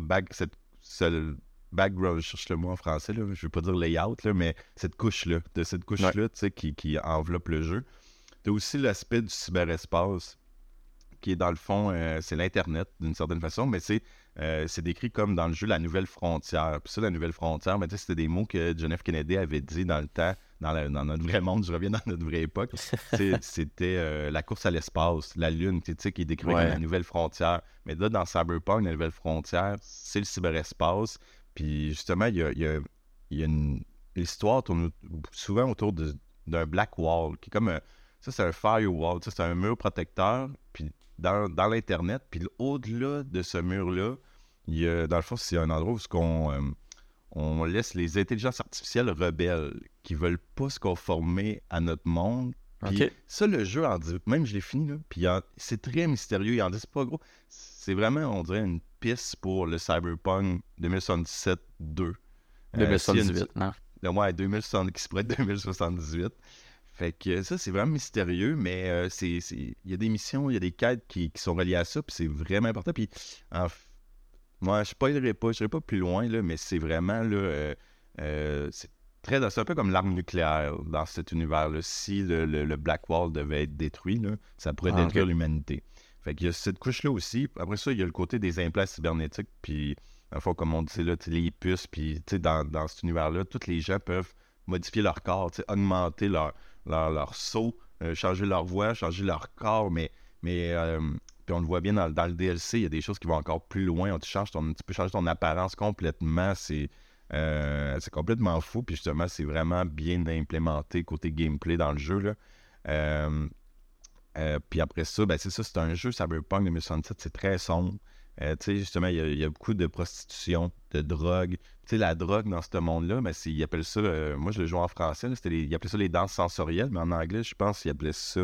background, je cherche le mot en français, là, je veux pas dire layout, là, mais cette couche-là, tu sais, qui enveloppe le jeu. T'as aussi l'aspect du cyberespace, qui est dans le fond, c'est l'Internet d'une certaine façon, mais c'est décrit comme dans le jeu la nouvelle frontière. Puis ça, la nouvelle frontière, ben, c'était des mots que John F. Kennedy avait dit dans le temps, dans notre vrai monde, je reviens dans notre vraie époque. C'était la course à l'espace, la Lune, qui est décrite comme la nouvelle frontière. Mais là, dans Cyberpunk, la nouvelle frontière, c'est le cyberespace. Puis justement, il y a une histoire tourne souvent autour d'un black wall, qui est comme ça, c'est un firewall, c'est un mur protecteur, puis dans l'Internet, puis au-delà de ce mur-là, il y a, dans le fond, c'est un endroit où on laisse les intelligences artificielles rebelles qui veulent pas se conformer à notre monde. Puis ça, le jeu en dit, même je l'ai fini, là, puis c'est très mystérieux, il en dit c'est pas gros. C'est vraiment, on dirait, une piste pour le Cyberpunk 2077-2. 2078, non? Ouais, 2070, qui se pourrait être 2078. Fait que ça, c'est vraiment mystérieux, mais il y a des missions, il y a des quêtes qui sont reliées à ça, puis c'est vraiment important. Puis, moi, je n'irai pas plus loin, là, mais c'est vraiment, là, c'est un peu comme l'arme nucléaire dans cet univers-là. Si le Black Wall devait être détruit, là, ça pourrait détruire l'humanité. Fait qu'il y a cette couche-là aussi. Après ça, il y a le côté des implants cybernétiques, puis, à fois, comme on dit, là, les puces, puis, dans cet univers-là, tous les gens peuvent modifier leur corps, augmenter leur saut, changer leur voix, changer leur corps, mais puis on le voit bien dans le DLC, il y a des choses qui vont encore plus loin. Tu peux changer ton apparence complètement. C'est C'est complètement fou, puis justement, c'est vraiment bien implémenté côté gameplay dans le jeu, là. Euh, puis après ça, ben c'est ça, c'est un jeu Cyberpunk 2077, c'est très sombre. Tu sais, justement, il y a beaucoup de prostitution, de drogue. Tu sais, la drogue dans ce monde-là, ben, ils appellent ça, moi je le joue en français, là, ils appelaient ça les danses sensorielles, mais en anglais, je pense qu'ils appelaient ça,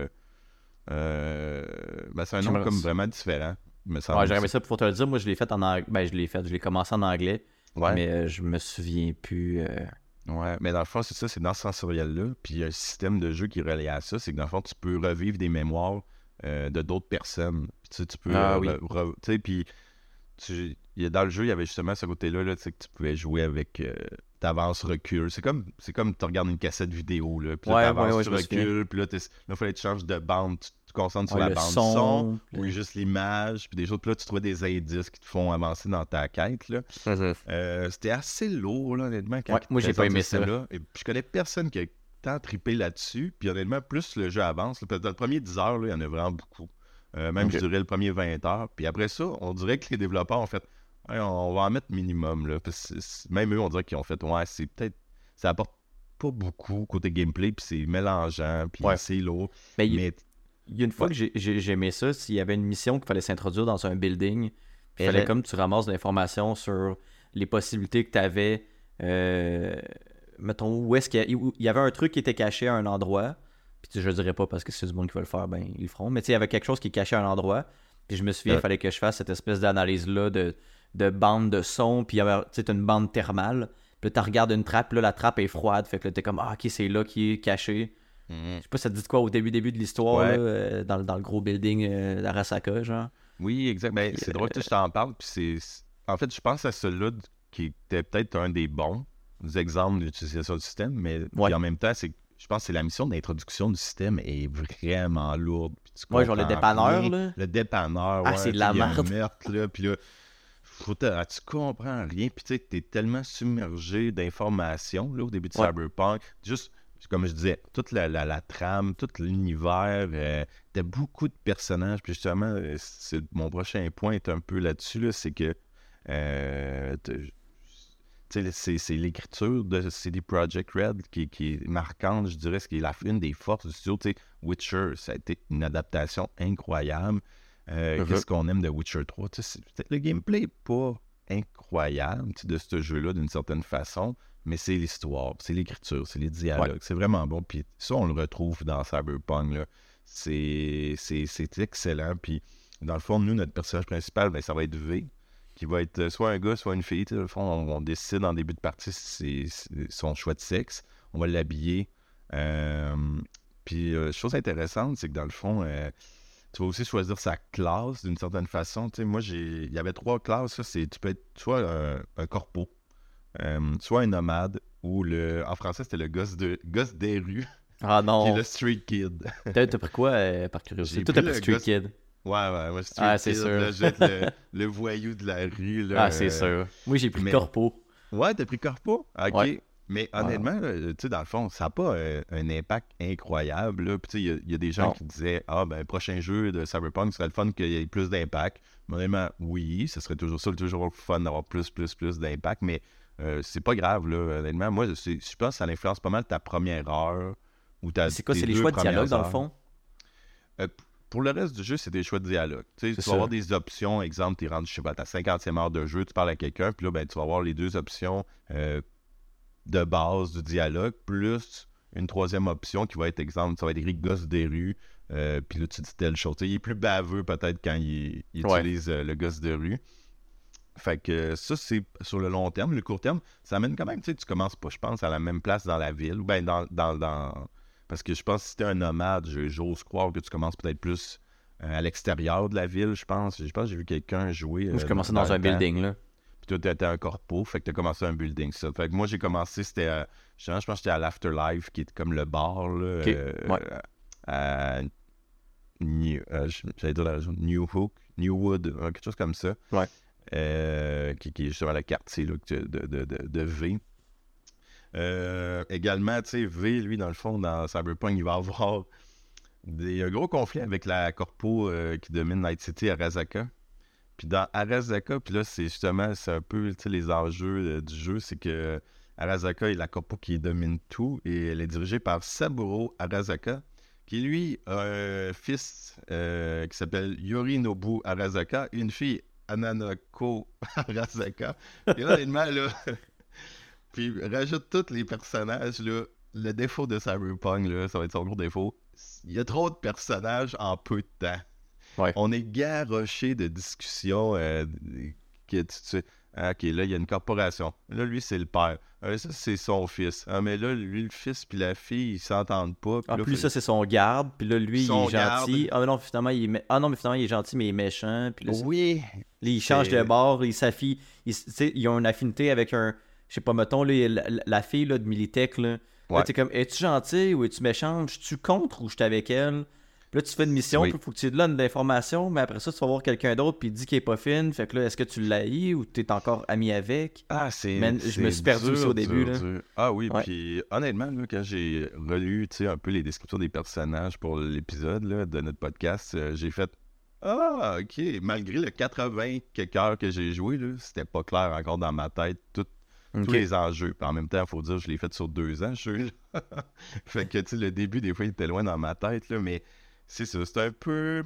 ben, c'est un nom comme vraiment différent, me semble. Ouais, j'aurais aimé ça pour te le dire. Moi, je l'ai fait en anglais. Ben, je l'ai commencé en anglais, Ouais. mais je me souviens plus. Ouais, mais dans le fond, c'est ça, c'est dans ce sensoriel-là. Puis il y a un système de jeu qui est relié à ça. C'est que dans le fond, tu peux revivre des mémoires de d'autres personnes. Puis tu sais, tu peux. Oui. Tu sais, puis dans le jeu, il y avait justement ce côté-là, là, tu sais, que tu pouvais jouer avec t'avances-recul. C'est comme tu regardes une cassette vidéo, là. Puis là, t'avances, tu recules. Puis là, il fallait que tu changes de bande. Tu te concentres sur la bande son ou juste l'image. Puis des autres, puis là, tu trouvais des indices qui te font avancer dans ta quête, là. C'était assez lourd, là, honnêtement. Moi, j'ai pas aimé ça. Là. Et puis, je connais personne qui a tant trippé là-dessus. Puis honnêtement, plus le jeu avance, là, dans le premier 10 heures, là, il y en a vraiment beaucoup. Même, je dirais, le premier 20 heures. Puis après ça, on dirait que les développeurs ont fait hey, on va en mettre minimum. Là, parce que même eux, on dirait qu'ils ont fait ouais, c'est peut-être. Ça apporte pas beaucoup côté gameplay. Puis c'est mélangeant. Puis c'est lourd. Mais il y a une fois que j'ai aimé ça, s'il y avait une mission qu'il fallait s'introduire dans un building, il fallait comme tu ramasses de l'information sur les possibilités que tu avais. Mettons, où est-ce qu'il y avait un truc qui était caché à un endroit. Puis je dirais pas parce que c'est du monde qui veut le faire, ben ils le feront. Mais tu sais, il y avait quelque chose qui est caché à un endroit. Puis je me souviens, il fallait que je fasse cette espèce d'analyse-là de bande de son. Puis il y avait, tu sais, une bande thermale. Puis là, tu regardes une trappe, puis là, la trappe est froide. Fait que là, t'es comme, ah, ok, c'est là qui est caché. Je sais pas, ça te dit de quoi au début de l'histoire, là, dans le gros building d'Arasaka, genre. Oui, exact. Ben, c'est drôle que je t'en parle. Puis en fait, je pense à celui-là qui était peut-être un des bons exemples d'utilisation du système. Mais puis en même temps, je pense que c'est la mission d'introduction du système est vraiment lourde. Ouais, genre le dépanneur, là. Le dépanneur, ouais. Ah, c'est de la merde. Là, puis là, tu comprends rien. Puis tu sais, t'es tellement submergé d'informations, là, au début de Cyberpunk. Juste, comme je disais, toute la trame, tout l'univers, t'as beaucoup de personnages. Puis justement, mon prochain point est un peu là-dessus, là, c'est que c'est l'écriture de CD Projekt Red qui est marquante, je dirais, ce qui est une des forces du studio. Witcher, ça a été une adaptation incroyable. Qu'est-ce qu'on aime de Witcher 3? Le gameplay n'est pas incroyable de ce jeu-là d'une certaine façon, mais c'est l'histoire, c'est l'écriture, c'est les dialogues. C'est vraiment bon. Puis ça, on le retrouve dans Cyberpunk. Là. C'est excellent. Puis dans le fond, nous, notre personnage principal, ben, ça va être V, qui va être soit un gars, soit une fille. Dans le fond, on décide en début de partie si c'est son choix de sexe. On va l'habiller. Puis, chose intéressante, c'est que dans le fond, tu vas aussi choisir sa classe d'une certaine façon. Tu sais, moi, il y avait 3 classes. Tu peux être soit un corpo, soit un nomade, ou en français, c'était le gosse des rues. Ah non. Qui est le street kid. T'as pris quoi par curiosité? Toi, t'as pris street kid. Ouais, street c'est kid, sûr. Là, je vais être le voyou de la rue. Là, c'est sûr. Moi, j'ai pris corpo. Ouais, t'as pris corpo? OK. Ouais. Mais honnêtement, tu sais, dans le fond, ça n'a pas un impact incroyable. Là. Puis, tu sais, il y a des gens qui disaient prochain jeu de Cyberpunk serait le fun qu'il y ait plus d'impact. Mais honnêtement, oui, ce serait toujours le fun d'avoir plus d'impact. Mais c'est pas grave, là. Honnêtement, moi, je pense que ça influence pas mal ta première heure. C'est quoi, c'est les choix de dialogue, dans le fond? Pour le reste du jeu, c'est des choix de dialogue. Tu vas avoir des options. Exemple, tu es rendu, je sais pas, à ta 50e heure de jeu, tu parles à quelqu'un, puis là, ben, tu vas avoir les 2 options de base du dialogue, plus une 3e option qui va être, exemple, ça va être écrit gosse des rues, puis là, tu dis telle chose. Il est plus baveux peut-être quand il utilise le gosse de rue. Fait que ça, c'est sur le long terme. Le court terme, ça amène quand même, tu commences pas, je pense, à la même place dans la ville, ou bien parce que je pense que si t'es un nomade, j'ose croire que tu commences peut-être plus à l'extérieur de la ville, je pense. Je pense que j'ai vu quelqu'un jouer. Moi, je commençais dans un building, là. Puis toi, t'étais un corpo, fait que t'as commencé un building, ça. Fait que moi, j'ai commencé, c'était... je pense que j'étais à l'Afterlife, qui est comme le bar, là. À j'allais dire la région Newwood, quelque chose comme ça. Ouais. Qui est justement le quartier là, de V. Également, tu sais, V, lui, dans le fond, dans Cyberpunk, il va avoir un gros conflit avec la corpo qui domine Night City à Arasaka. Puis dans Arasaka, puis là, c'est un peu, tu sais, les enjeux du jeu, c'est que Arasaka est la corpo qui domine tout, et elle est dirigée par Saburo Arasaka, qui lui a un fils qui s'appelle Yorinobu Arasaka, et une fille, Ananako Arasaka. Et là, honnêtement, là, puis rajoute tous les personnages, là, le défaut de Cyberpunk, là, ça va être son gros défaut. Il y a trop de personnages en peu de temps. Ouais. On est garoché de discussions que tu sais. Ah, ok, là, il y a une corporation. Là, lui, c'est le père. Ça, c'est son fils. Ah, mais là, lui, le fils puis la fille, ils s'entendent pas. Puis En là, plus, ça, c'est son garde. Puis là, lui, il son est gentil. garde. Ah, mais non, finalement, ah non, mais finalement, il est gentil, mais il est méchant. Puis là, Oui, là, il change de c'est... bord. Il s'affilie. Tu sais, ils ont une affinité avec un. Je sais pas, mettons, là, la fille là, de Militech. Là, Ouais, t'es comme, es-tu gentil ou es-tu méchant? Je suis contre ou je suis avec elle? Puis là, tu fais une mission, oui. puis il faut que tu lui donnes de l'information, mais après ça, tu vas voir quelqu'un d'autre, puis il dit qu'il est pas fine. Fait que là, est-ce que tu l'haïs ou t'es encore ami avec? Ah, Man, je me suis perdu aussi au début. Là. dur. Ah oui, Ouais. puis honnêtement, là, quand j'ai relu, tu sais, un peu les descriptions des personnages pour l'épisode là, de notre podcast, j'ai fait ah, ok. Malgré le 80 quelques heures que j'ai joué, là, c'était pas clair encore dans ma tête tous Ok. les enjeux. Puis en même temps, il faut dire, je l'ai fait sur 2 ans, ce jeu. Fait que, tu sais, le début, des fois, il était loin dans ma tête, là, mais c'est ça, c'est un peu...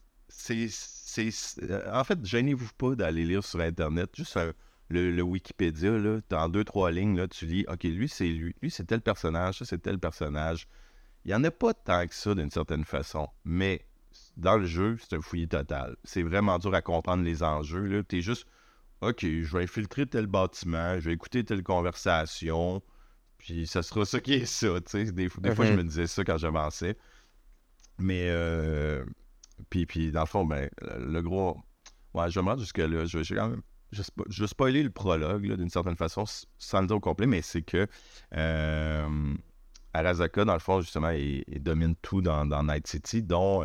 En fait, gênez-vous pas d'aller lire sur Internet, juste le Wikipédia, là, en 2-3 lignes, là, tu lis, OK, lui, c'est tel personnage, ça, c'est tel personnage. Il n'y en a pas tant que ça, d'une certaine façon, mais dans le jeu, c'est un fouillis total. C'est vraiment dur à comprendre les enjeux, là. T'es juste, OK, je vais infiltrer tel bâtiment, je vais écouter telle conversation, puis ça sera ça qui est ça, tu sais. Des fois, je me disais ça quand j'avançais. Mais, puis dans le fond, ben, le gros... Ouais, je vais me rendre jusque-là. Je vais quand même... Je vais spoiler le prologue, là, d'une certaine façon, sans le dire au complet, mais c'est que Arasaka, dans le fond, justement, il domine tout dans Night City, dont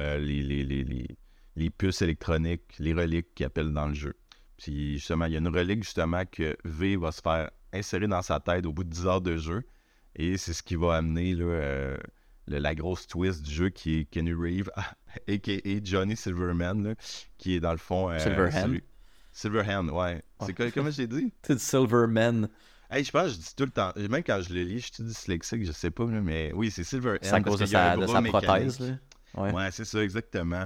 les puces électroniques, les reliques qu'ils appellent dans le jeu. Puis, justement, il y a une relique, justement, que V va se faire insérer dans sa tête au bout de 10 heures de jeu. Et c'est ce qui va amener là, la grosse twist du jeu qui est Kenny Reeve, a.k.a. Johnny Silverman, là, qui est dans le fond... Silverhand. Silverhand, ouais. C'est comment j'ai dit? C'est du Silverman. Hey, je pense que je dis tout le temps, même quand je le lis, je suis dyslexique, je sais pas, là, mais oui, c'est Silverhand. C'est à parce cause de qu'il y a un sa bras prothèse. mécanique. Là. Ouais. Ouais, c'est ça, exactement.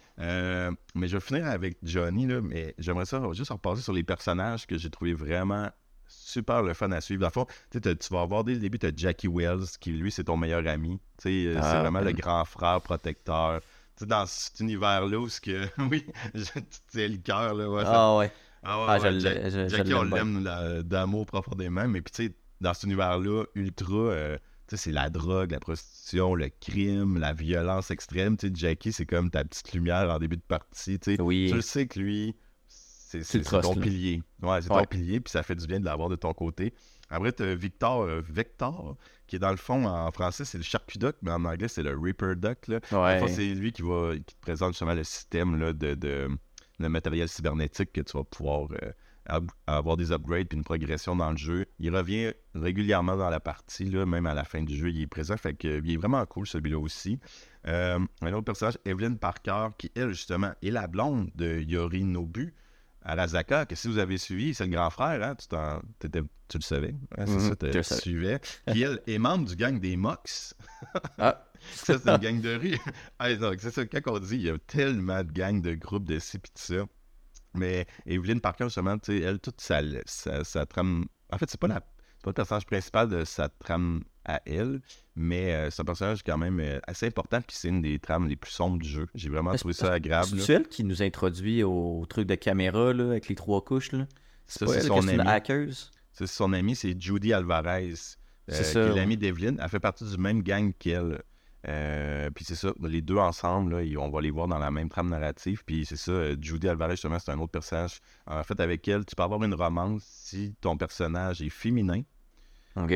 Mais je vais finir avec Johnny, là, mais j'aimerais ça juste repasser sur les personnages que j'ai trouvé vraiment super le fun à suivre. Dans le fond, tu vas avoir dès le début, tu as Jackie Wells, qui lui, c'est ton meilleur ami. C'est vraiment le grand frère protecteur. Tu sais, dans cet univers-là où oui, c'est le cœur, là. Ouais, Ah ouais. ah ouais, Jackie, on l'aime bien. l'aime d'amour profondément, mais puis tu sais, dans cet univers-là, ultra, tu sais, c'est la drogue, la prostitution, le crime, la violence extrême. Tu sais, Jackie, c'est comme ta petite lumière en début de partie. Tu sais, Oui. tu le sais que lui, c'est le trust, ton là. pilier. Ouais, c'est Ouais. ton pilier, puis ça fait du bien de l'avoir de ton côté. Après, tu as Vector, qui est dans le fond, en français, c'est le Sharky Duck, mais en anglais, c'est le Reaper Duck. Là. Ouais. Enfin, c'est lui qui te présente justement le système là, de matériel cybernétique que tu vas pouvoir avoir des upgrades puis une progression dans le jeu. Il revient régulièrement dans la partie, là, même à la fin du jeu, il est présent. Fait que il est vraiment cool celui-là aussi. Un autre personnage, Evelyn Parker, qui elle justement est la blonde de Yorinobu Arasaka, que si vous avez suivi, c'est le grand frère, hein? Tu le savais, hein? C'est ça, tu suivais. Qui elle est membre du gang des Mox. Ah. Ça, c'est une gang de rue. Ah, non, c'est ça, quand on dit, il y a tellement de gangs, de groupes de ci pis de ça. Mais Evelyn Parker, justement, tu sais, elle, toute sa trame... En fait, c'est pas le personnage principal de sa trame à elle, mais c'est un personnage quand même assez important, puis c'est une des trames les plus sombres du jeu. J'ai vraiment trouvé ça agréable. C'est elle qui nous introduit au truc de caméra, là, avec les 3 couches, là? Ça, pas c'est elle, son que ami. Hackers? C'est son ami, c'est Judy Alvarez, C'est qui ça, est ouais. l'amie d'Evelyn. Elle fait partie du même gang qu'elle. Puis c'est ça, les deux ensemble, là, on va les voir dans la même trame narrative. Puis c'est ça, Judy Alvarez, justement, c'est un autre personnage. En fait, avec elle, tu peux avoir une romance si ton personnage est féminin. Ok.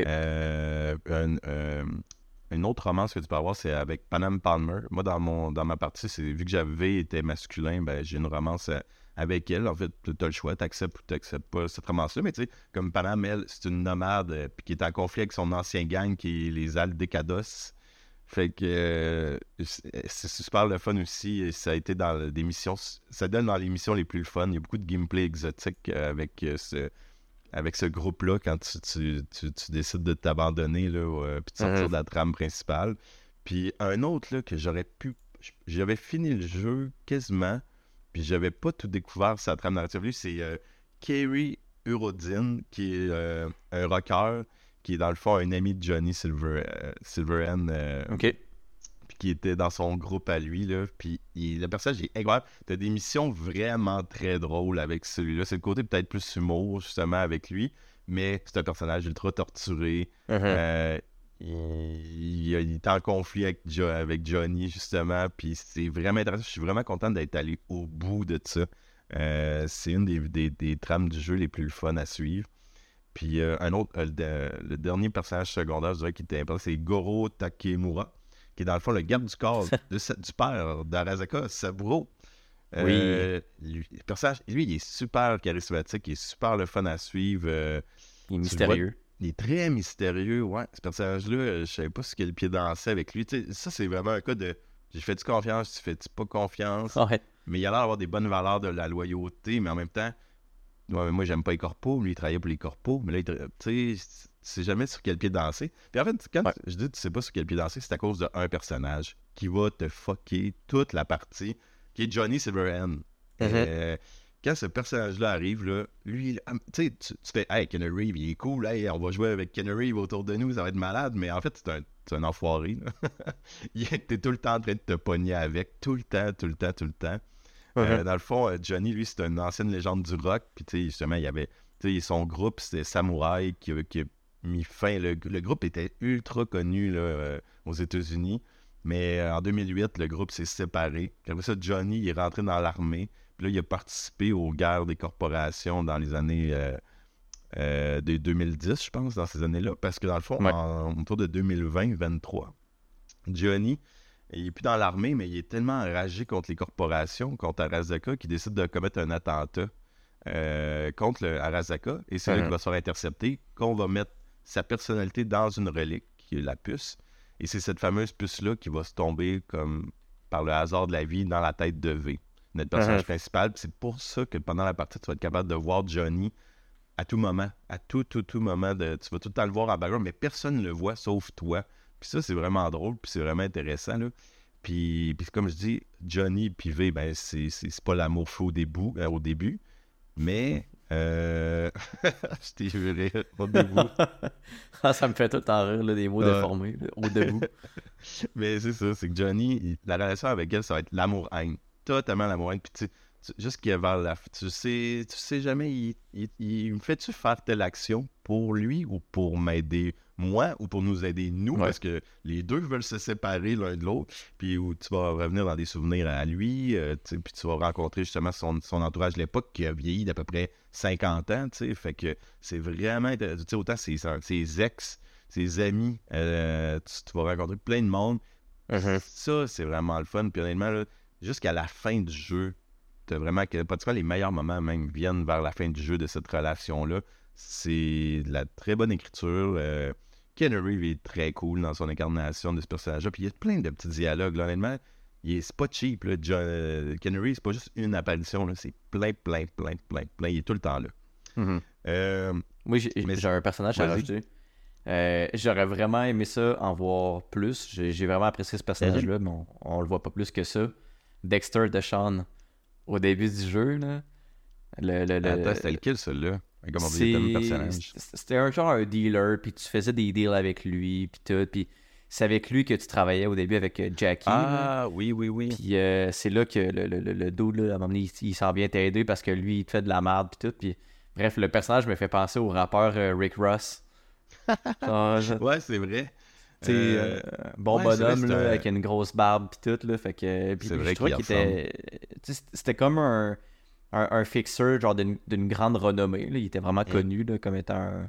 Une autre romance que tu peux avoir, c'est avec Panam Palmer. Moi, dans ma partie, vu que j'avais été masculin, ben, j'ai une romance avec elle. En fait, tu as le choix, tu acceptes ou tu n'acceptes pas cette romance-là. Mais tu sais, comme Panam, elle, c'est une nomade puis qui est en conflit avec son ancien gang qui est les Aldecados. Fait que c'est super le fun aussi. Et ça a été dans des missions. Ça donne dans les missions les plus le fun. Il y a beaucoup de gameplay exotique avec ce groupe-là quand tu décides de t'abandonner là, puis de sortir de la trame principale. Puis un autre là, que j'aurais pu. J'avais fini le jeu quasiment, puis j'avais pas tout découvert sa trame narrative. Lui, c'est Kerry Urodin, qui est un rocker, qui est dans le fond un ami de Johnny Silverhand. Ok. Puis qui était dans son groupe à lui, là. Puis le personnage est incroyable. T'as des missions vraiment très drôles avec celui-là. C'est le côté peut-être plus humour, justement, avec lui. Mais c'est un personnage ultra torturé. Il est en conflit avec Johnny, justement. Puis c'est vraiment intéressant. Je suis vraiment content d'être allé au bout de ça. C'est une des trames du jeu les plus fun à suivre. Puis un autre, le dernier personnage secondaire, je dirais, qui était important, c'est Goro Takemura, qui est dans le fond le garde du corps du père d'Arasaka, Saburo. Oui. Le personnage, lui, il est super charismatique, il est super le fun à suivre. Il est mystérieux. Il est très mystérieux, ouais. Ce personnage-là, je savais pas ce que le pied dansait avec lui. Tu sais, ça, c'est vraiment un cas de j'ai fait-tu confiance, tu fais-tu pas confiance. Ouais. Mais il a l'air d'avoir des bonnes valeurs de la loyauté, mais en même temps, ouais, mais moi, j'aime pas les corpos. Lui, il travaillait pour les corpos. Mais là, tu sais, tu sais jamais sur quel pied danser. Puis en fait, quand je dis tu sais pas sur quel pied danser, c'est à cause d'un personnage qui va te fucker toute la partie, qui est Johnny Silverhand. Quand ce personnage-là arrive, là, lui, tu sais, tu fais « Hey, Keanu Reeves, il est cool, hey, on va jouer avec Keanu Reeves autour de nous, ça va être malade. » Mais en fait, c'est un enfoiré. T'es tout le temps en train de te pogner avec, tout le temps. Dans le fond, Johnny, lui, c'est une ancienne légende du rock. Puis, tu sais, justement, il y avait son groupe, c'était Samouraï, qui a mis fin. Le groupe était ultra connu là, aux États-Unis. Mais en 2008, le groupe s'est séparé. Puis après ça, Johnny, il est rentré dans l'armée. Puis là, il a participé aux guerres des corporations dans les années de 2010, je pense, dans ces années-là. Parce que dans le fond, autour de 2020-2023, Johnny, il n'est plus dans l'armée, mais il est tellement enragé contre les corporations, contre Arasaka, qu'il décide de commettre un attentat contre Arasaka. Et c'est là qu'il va se faire intercepter, qu'on va mettre sa personnalité dans une relique, qui est la puce. Et c'est cette fameuse puce-là qui va se tomber comme par le hasard de la vie dans la tête de V, notre personnage principal. Puis c'est pour ça que pendant la partie, tu vas être capable de voir Johnny à tout moment. À tout moment. Tu vas tout le temps le voir en background, mais personne ne le voit sauf toi. Puis ça, c'est vraiment drôle, puis c'est vraiment intéressant, là. Puis comme je dis, Johnny puis V, ben c'est pas l'amour fou au début, mais je t'ai juré, au début. Ça me fait tout en rire, là, des mots déformés, là, au debout. Mais c'est ça, c'est que Johnny, la relation avec elle, ça va être l'amour-haine. Totalement l'amour-haine. Puis juste qu'il y a vers la fin, tu sais jamais, il me fait-tu faire telle action pour lui ou pour m'aider moi ou pour nous aider nous, parce que les deux veulent se séparer l'un de l'autre, puis où tu vas revenir dans des souvenirs à lui, puis tu vas rencontrer justement son entourage de l'époque qui a vieilli d'à peu près 50 ans, fait que c'est vraiment, autant ses ex, ses amis, tu vas rencontrer plein de monde. Ça, c'est vraiment le fun, puis honnêtement, là, jusqu'à la fin du jeu, t'as vraiment pratiquement les meilleurs moments même viennent vers la fin du jeu de cette relation-là. C'est de la très bonne écriture. Keanu Reeves est très cool dans son incarnation de ce personnage-là. Puis il y a plein de petits dialogues. Là, honnêtement, c'est pas cheap. Là. Keanu Reeves, c'est pas juste une apparition. Là. C'est plein. Il est tout le temps là. Oui, j'ai un personnage à rajouter. J'aurais vraiment aimé ça en voir plus. J'ai vraiment apprécié ce personnage-là, mais on le voit pas plus que ça. Dexter DeShawn, au début du jeu, là. Attends, c'était lequel, celui-là? Comment dire, personnage? C'était un dealer, puis tu faisais des deals avec lui, puis tout, puis c'est avec lui que tu travaillais au début avec Jackie. Ah, là. Oui. Puis c'est là que le dude, là, à un moment donné, il s'en vient t'aider parce que lui, il te fait de la merde, puis tout, puis bref, le personnage me fait penser au rappeur Rick Ross. Ouais, c'est vrai. Bon bonhomme, là, avec une grosse barbe, puis tout, là, fait que... Puis, c'est vrai je trouvais qu'il était... C'était comme un fixeur genre d'une grande renommée. Là. Il était vraiment connu là, comme étant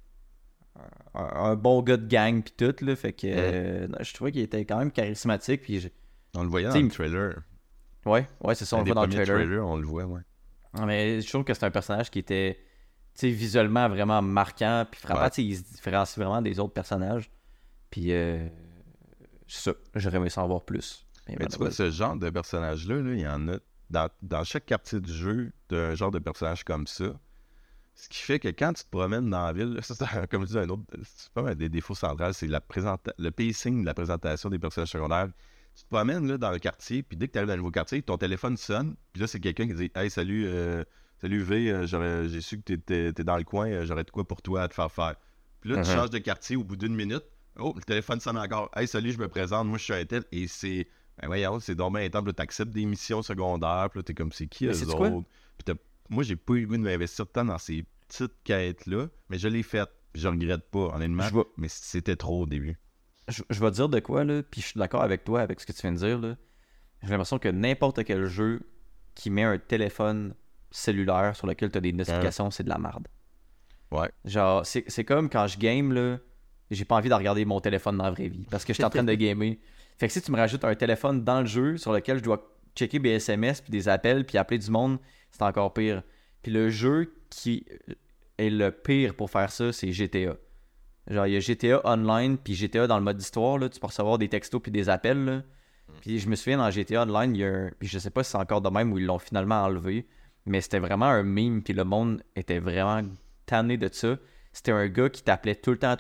un bon gars de gang pis tout. Là. Fait que je trouvais qu'il était quand même charismatique. Puis on le voyait dans le trailer. Ouais, c'est ça, on le voit dans le trailer. On le voit, ouais. Mais je trouve que c'est un personnage qui était visuellement vraiment marquant puis frappant. Il se différencie vraiment des autres personnages. Puis c'est ça, j'aurais aimé s'en voir plus. Mais tu vois, ce genre de personnage-là, il y en a dans chaque quartier du jeu, t'as un genre de personnage comme ça. Ce qui fait que quand tu te promènes dans la ville, ça, c'est, comme je dis, un autre, c'est pas un des défauts centrales, c'est le pacing de la présentation des personnages secondaires. Tu te promènes là, dans le quartier, puis dès que tu arrives dans le nouveau quartier, ton téléphone sonne, puis là, c'est quelqu'un qui dit « Hey, salut, salut V, j'ai su que t'es dans le coin, j'aurais de quoi pour toi à te faire faire. » Puis là, tu changes de quartier au bout d'une minute. Oh, le téléphone sonne encore. « Hey, salut, je me présente, moi, je suis un tel. » Et c'est... Ben voyons, c'est dommage intense. Là, t'acceptes des missions secondaires, puis là, t'es comme, c'est qui eux autres? Puis moi, j'ai pas eu le goût de m'investir tant dans ces petites quêtes-là, mais je l'ai faite. Je regrette pas, honnêtement, mais c'était trop au début. Je vais te dire de quoi, là, puis je suis d'accord avec toi, avec ce que tu viens de dire, là. J'ai l'impression que n'importe quel jeu qui met un téléphone cellulaire sur lequel tu as des notifications, c'est de la merde. Ouais. Genre, c'est comme quand je game, là, j'ai pas envie de regarder mon téléphone dans la vraie vie, parce que je suis en train de gamer. Fait que si tu me rajoutes un téléphone dans le jeu sur lequel je dois checker des SMS, puis des appels, puis appeler du monde, c'est encore pire. Puis le jeu qui est le pire pour faire ça, c'est GTA. Genre, il y a GTA Online, puis GTA dans le mode histoire, là, tu peux recevoir des textos puis des appels, là. Puis je me souviens, dans GTA Online, il y a puis je sais pas si c'est encore de même ou ils l'ont finalement enlevé, mais c'était vraiment un meme, puis le monde était vraiment tanné de ça. C'était un gars qui t'appelait tout le temps,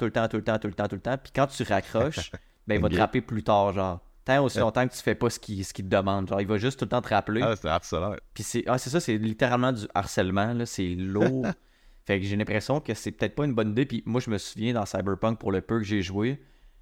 puis quand tu raccroches, ben il va te rappeler plus tard, genre. Tant aussi longtemps que tu fais pas ce qu'il te demande. Genre, il va juste tout le temps te rappeler. Ah, c'est harcèlement. Puis c'est ça, c'est littéralement du harcèlement, là. C'est lourd. Fait que j'ai l'impression que c'est peut-être pas une bonne idée. Puis moi, je me souviens dans Cyberpunk, pour le peu que j'ai joué,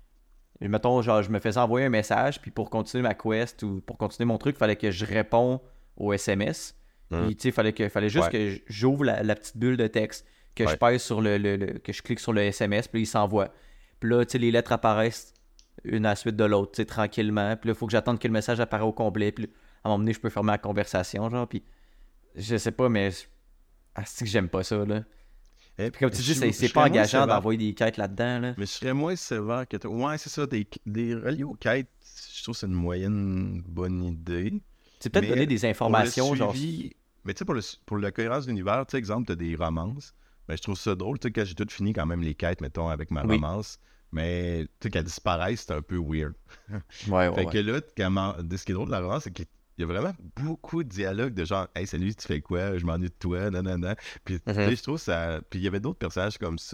mettons, genre, je me faisais envoyer un message, puis pour continuer ma quest ou pour continuer mon truc, il fallait que je réponde au SMS. Puis, tu sais, fallait juste que j'ouvre la petite bulle de texte, que je pèse sur que je clique sur le SMS, puis il s'envoie. Puis là, tu sais, les lettres apparaissent une à la suite de l'autre, tu sais, tranquillement. Puis là, il faut que j'attende que le message apparaisse au complet. Puis à un moment donné, je peux fermer la conversation, genre. Puis je sais pas, mais c'est que j'aime pas ça, là. Puis comme tu dis, c'est pas engageant d'envoyer des quêtes là-dedans, là. Mais je serais moins sévère que toi. Ouais, c'est ça, des reliés aux quêtes, je trouve que c'est une moyenne bonne idée. C'est peut-être donner des informations, genre... Mais tu sais, pour la cohérence de l'univers, tu sais, exemple, t'as des romances. Ben, je trouve ça drôle, tu sais, quand j'ai tout fini quand même les quêtes, mettons, avec ma romance. Mais, tu sais, qu'elle disparaisse, c'est un peu weird. Fait que là, ce qui est drôle de la romance, c'est qu'il y a vraiment beaucoup de dialogues de genre « Hey, salut, tu fais quoi? Je m'ennuie de toi, nanana. » Puis, tu sais, je trouve ça... Puis, il y avait d'autres personnages comme ça.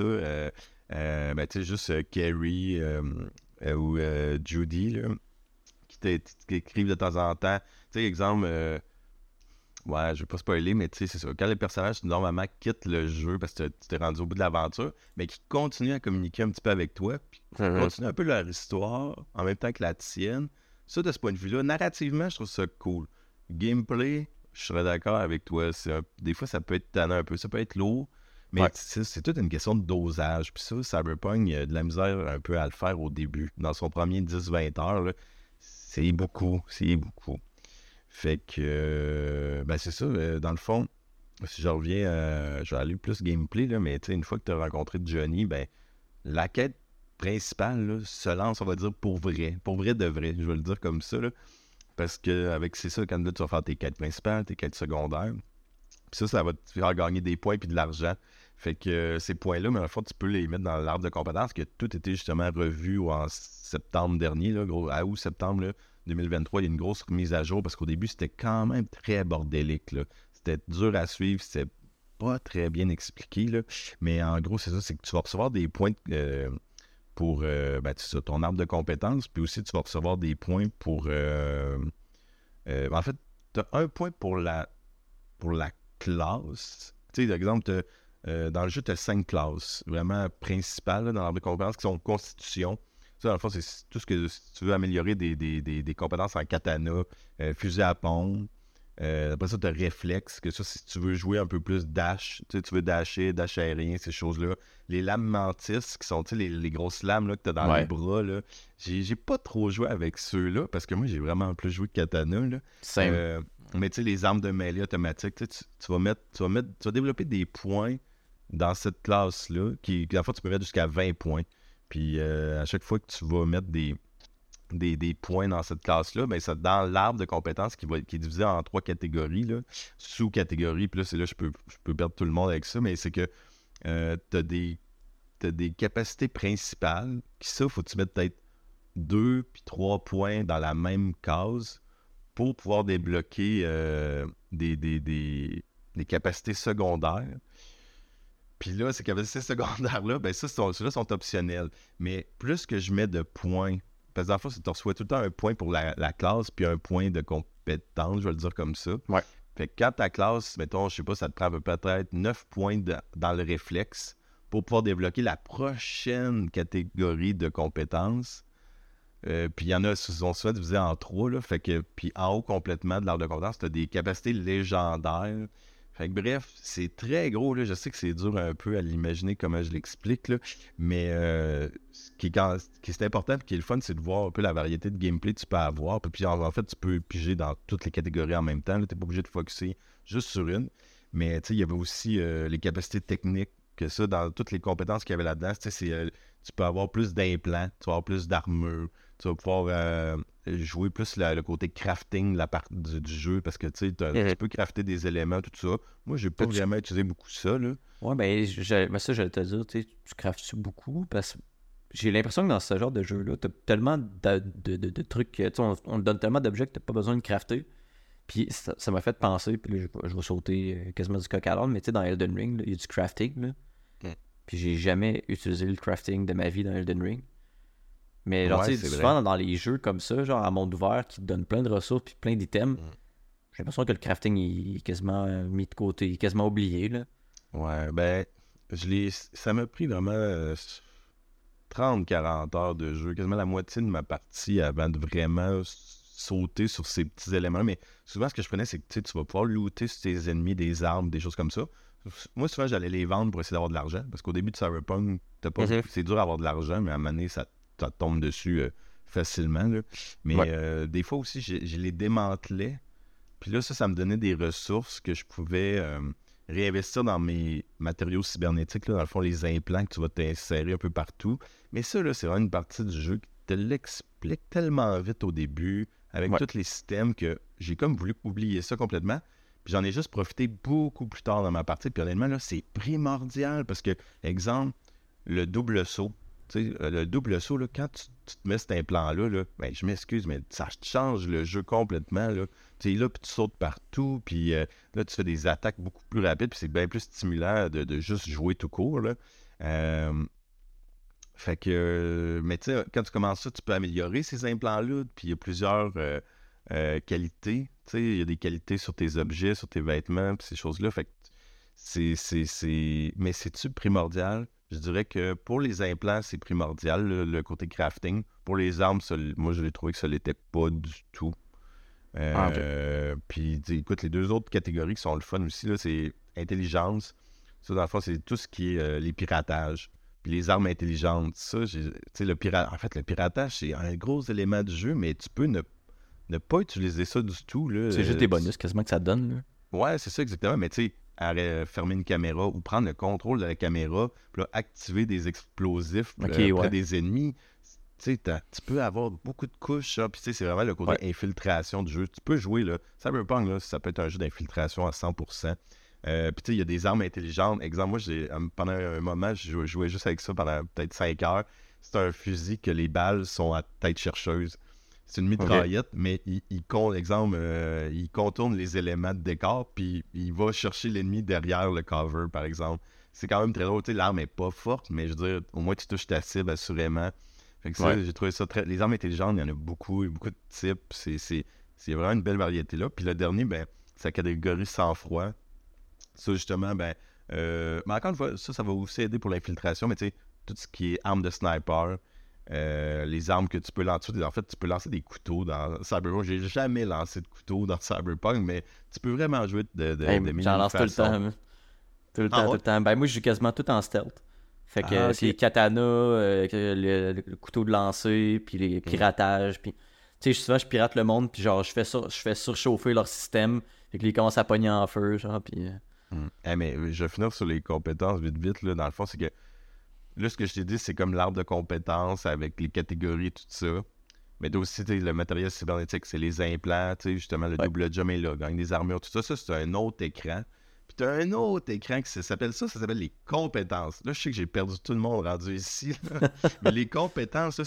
Ben, tu sais, juste Carrie ou Judy, là, qui écrivent de temps en temps. Tu sais, exemple... Ouais, je vais pas spoiler, mais tu sais, c'est ça. Quand les personnages, normalement, quittent le jeu parce que tu t'es rendu au bout de l'aventure, mais qui continuent à communiquer un petit peu avec toi, puis continuent un peu leur histoire en même temps que la tienne. Ça, de ce point de vue-là, narrativement, je trouve ça cool. Gameplay, je serais d'accord avec toi. Des fois, ça peut être tannant un peu, ça peut être lourd, mais c'est toute une question de dosage. Puis ça, Cyberpunk, il y a de la misère un peu à le faire au début. Dans son premier 10-20 heures, là, c'est beaucoup. Fait que, ben c'est ça, dans le fond, si je reviens, je vais aller plus gameplay, là, mais tu sais, une fois que tu as rencontré Johnny, ben, la quête principale là, se lance, on va dire, pour vrai de vrai, je vais le dire comme ça, là, parce que avec c'est ça, quand là, tu vas faire tes quêtes principales, tes quêtes secondaires, puis ça va te faire gagner des points puis de l'argent. Fait que ces points-là, mais en fait, tu peux les mettre dans l'arbre de compétences, que tout était justement revu en septembre dernier, là, à août-septembre, là, 2023, il y a une grosse mise à jour parce qu'au début, c'était quand même très bordélique, là. C'était dur à suivre, c'était pas très bien expliqué, là. Mais en gros, c'est ça, c'est que tu vas recevoir des points pour ben, ça, ton arbre de compétences, puis aussi tu vas recevoir des points pour... en fait, tu as un point pour la classe. Tu sais, par exemple, dans le jeu, tu as 5 classes vraiment principales là, dans l'arbre de compétences qui sont constitution. Ça, dans le fond, c'est tout ce que si tu veux améliorer des compétences en katana, fusil à pompe. Après ça, tu as réflexe, que ça, si tu veux jouer un peu plus dash, tu sais, tu veux dasher, dash aérien, ces choses-là. Les lames mantis, qui sont les grosses lames là, que tu as dans les bras, là. J'ai pas trop joué avec ceux-là, parce que moi, j'ai vraiment plus joué de katana, là. Mais tu sais, les armes de mêlée automatiques, tu vas développer des points dans cette classe-là, qui en fait, tu peux mettre jusqu'à 20 points. Puis à chaque fois que tu vas mettre des points dans cette classe-là, ben c'est dans l'arbre de compétences qui est divisé en 3 catégories, là, sous-catégories. Puis là, c'est là je peux perdre tout le monde avec ça, mais c'est que t'as des capacités principales, qui ça, faut que tu mettes peut-être 2 puis 3 points dans la même case pour pouvoir débloquer des capacités secondaires. Puis là, ces capacités secondaires-là, ben ça, ceux-là sont optionnels. Mais plus que je mets de points, parce que dans le fond, tu reçois tout le temps un point pour la classe, puis un point de compétence, je vais le dire comme ça. Ouais. Fait que quand ta classe, mettons, je sais pas, ça te prend peut-être 9 points dans le réflexe pour pouvoir débloquer la prochaine catégorie de compétences. Puis il y en a, sont souvent divisés en 3, là, fait que, puis en haut complètement de l'arbre de compétences, tu as des capacités légendaires. Fait que bref, c'est très gros, là. Je sais que c'est dur un peu à l'imaginer comment je l'explique, là, mais ce qui est important et qui est le fun, c'est de voir un peu la variété de gameplay que tu peux avoir. Puis en fait, tu peux piger dans toutes les catégories en même temps. Tu n'es pas obligé de focusser juste sur une. Mais tu sais, il y avait aussi les capacités techniques, que ça, dans toutes les compétences qu'il y avait là-dedans. Tu sais, tu peux avoir plus d'implants, tu vas avoir plus d'armure, tu vas pouvoir jouer plus le côté crafting la part du jeu, parce que tu sais, tu peux crafter des éléments, tout ça. Moi, j'ai pas vraiment utilisé beaucoup ça, là. Ouais, ben ça, j'allais te dire, tu sais, tu craftes beaucoup, parce que j'ai l'impression que dans ce genre de jeu-là, t'as tellement de trucs, tu sais, on te donne tellement d'objets que t'as pas besoin de crafter. Puis ça m'a fait penser, puis là, je vais sauter quasiment du coq à l'âne, mais tu sais, dans Elden Ring, il y a du crafting, là. Puis j'ai jamais utilisé le crafting de ma vie dans Elden Ring. Mais genre, tu sais, souvent dans les jeux comme ça, genre à monde ouvert, qui te donnent plein de ressources puis plein d'items, j'ai l'impression que le crafting est quasiment mis de côté, quasiment oublié, là. Ouais, ben, ça m'a pris vraiment 30-40 heures de jeu, quasiment la moitié de ma partie avant de vraiment sauter sur ces petits éléments. Mais souvent, ce que je prenais, c'est que tu vas pouvoir looter sur tes ennemis des armes, des choses comme ça. Moi, souvent, j'allais les vendre pour essayer d'avoir de l'argent. Parce qu'au début de Cyberpunk, c'est dur d'avoir de l'argent, mais à un moment donné, ça tombe dessus facilement, là. Mais des fois aussi, je les démantelais. Puis là, ça me donnait des ressources que je pouvais réinvestir dans mes matériaux cybernétiques. Là, dans le fond, les implants que tu vas t'insérer un peu partout. Mais ça, là, c'est vraiment une partie du jeu qui te l'explique tellement vite au début, avec tous les systèmes, que j'ai comme voulu oublier ça complètement. Puis j'en ai juste profité beaucoup plus tard dans ma partie. Puis honnêtement, là, c'est primordial parce que, exemple, le double saut. Tu sais, le double saut, là, quand tu te mets cet implant-là, là, ben, je m'excuse, mais ça change le jeu complètement. Là. Tu es là, puis tu sautes partout, puis là, tu fais des attaques beaucoup plus rapides, puis c'est bien plus stimulant de juste jouer tout court. Là. Fait que, mais tu sais, quand tu commences ça, tu peux améliorer ces implants-là, puis il y a plusieurs qualités. Tu sais, il y a des qualités sur tes objets, sur tes vêtements, puis ces choses-là. Fait que mais c'est-tu primordial? Je dirais que pour les implants, c'est primordial, le côté crafting. Pour les armes, moi, je l'ai trouvé que ça l'était pas du tout. Puis, écoute, les deux autres catégories qui sont le fun aussi, là, c'est intelligence. Ça, dans le fond, c'est tout ce qui est les piratages. Puis les armes intelligentes. Ça, en fait, le piratage, c'est un gros élément du jeu, mais tu peux ne pas utiliser ça du tout. Là. C'est juste des bonus quasiment que ça te donne, là. Ouais, c'est ça exactement. Mais tu sais, fermer une caméra ou prendre le contrôle de la caméra, puis là, activer des explosifs près des ennemis. Tu sais, tu peux avoir beaucoup de couches. Puis tu sais, c'est vraiment le côté infiltration du jeu. Tu peux jouer, là. Cyberpunk, là, ça peut être un jeu d'infiltration à 100%. Puis tu sais, il y a des armes intelligentes. Exemple, moi, pendant un moment, je jouais juste avec ça pendant peut-être 5 heures. C'est un fusil que les balles sont à tête chercheuse. C'est une mitraillette, mais il contourne les éléments de décor, puis il va chercher l'ennemi derrière le cover, par exemple. C'est quand même très drôle. Tu sais, l'arme est pas forte, mais je veux dire, au moins tu touches ta cible, assurément. Fait que ça, j'ai trouvé ça très... Les armes intelligentes, il y en a beaucoup, il y a beaucoup de types. C'est vraiment une belle variété là. Puis le dernier, ben, c'est la catégorie sang-froid. Ça, justement, ben... mais encore une fois, ça va aussi aider pour l'infiltration, mais tu sais, tout ce qui est armes de sniper... les armes que tu peux lancer. En fait, tu peux lancer des couteaux dans Cyberpunk. J'ai jamais lancé de couteau dans Cyberpunk, mais tu peux vraiment jouer de j'en lance tout le temps. Hein. Tout le temps. Ben, moi, je joue quasiment tout en stealth. Fait que c'est katana, le couteau de lancer, puis les piratages. Puis, tu sais, souvent, je pirate le monde, puis genre, je fais surchauffer leur système. Fait que ils commencent à pogner en feu, genre, puis... mais je vais finir sur les compétences vite, là. Dans le fond, c'est que là, ce que je t'ai dit, c'est comme l'arbre de compétences avec les catégories, tout ça. Mais t'as aussi le matériel cybernétique, c'est les implants, justement, le double jump est là, gagne des armures, tout ça. Ça, c'est un autre écran. Puis t'as un autre écran qui s'appelle les compétences. Là, je sais que j'ai perdu tout le monde rendu ici. Mais les compétences, ça, c'est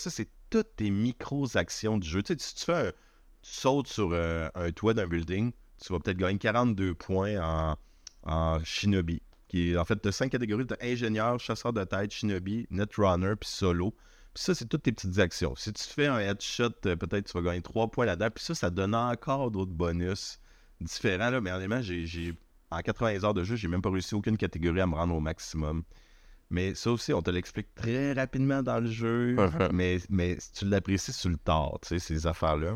toutes tes micro-actions du jeu. Tu sais, si tu sautes sur un toit d'un building, tu vas peut-être gagner 42 points en Shinobi. Qui est, en fait, tu as 5 catégories. Tu as ingénieur, chasseur de tête, Shinobi, Netrunner, puis solo. Puis ça, c'est toutes tes petites actions. Si tu fais un headshot, peut-être tu vas gagner 3 points là-dedans. Puis ça donne encore d'autres bonus différents. Là. Mais honnêtement, en 80 heures de jeu, j'ai même pas réussi aucune catégorie à me rendre au maximum. Mais ça aussi, on te l'explique très rapidement dans le jeu. mais si tu l'apprécies sur le tard, tu sais, ces affaires-là.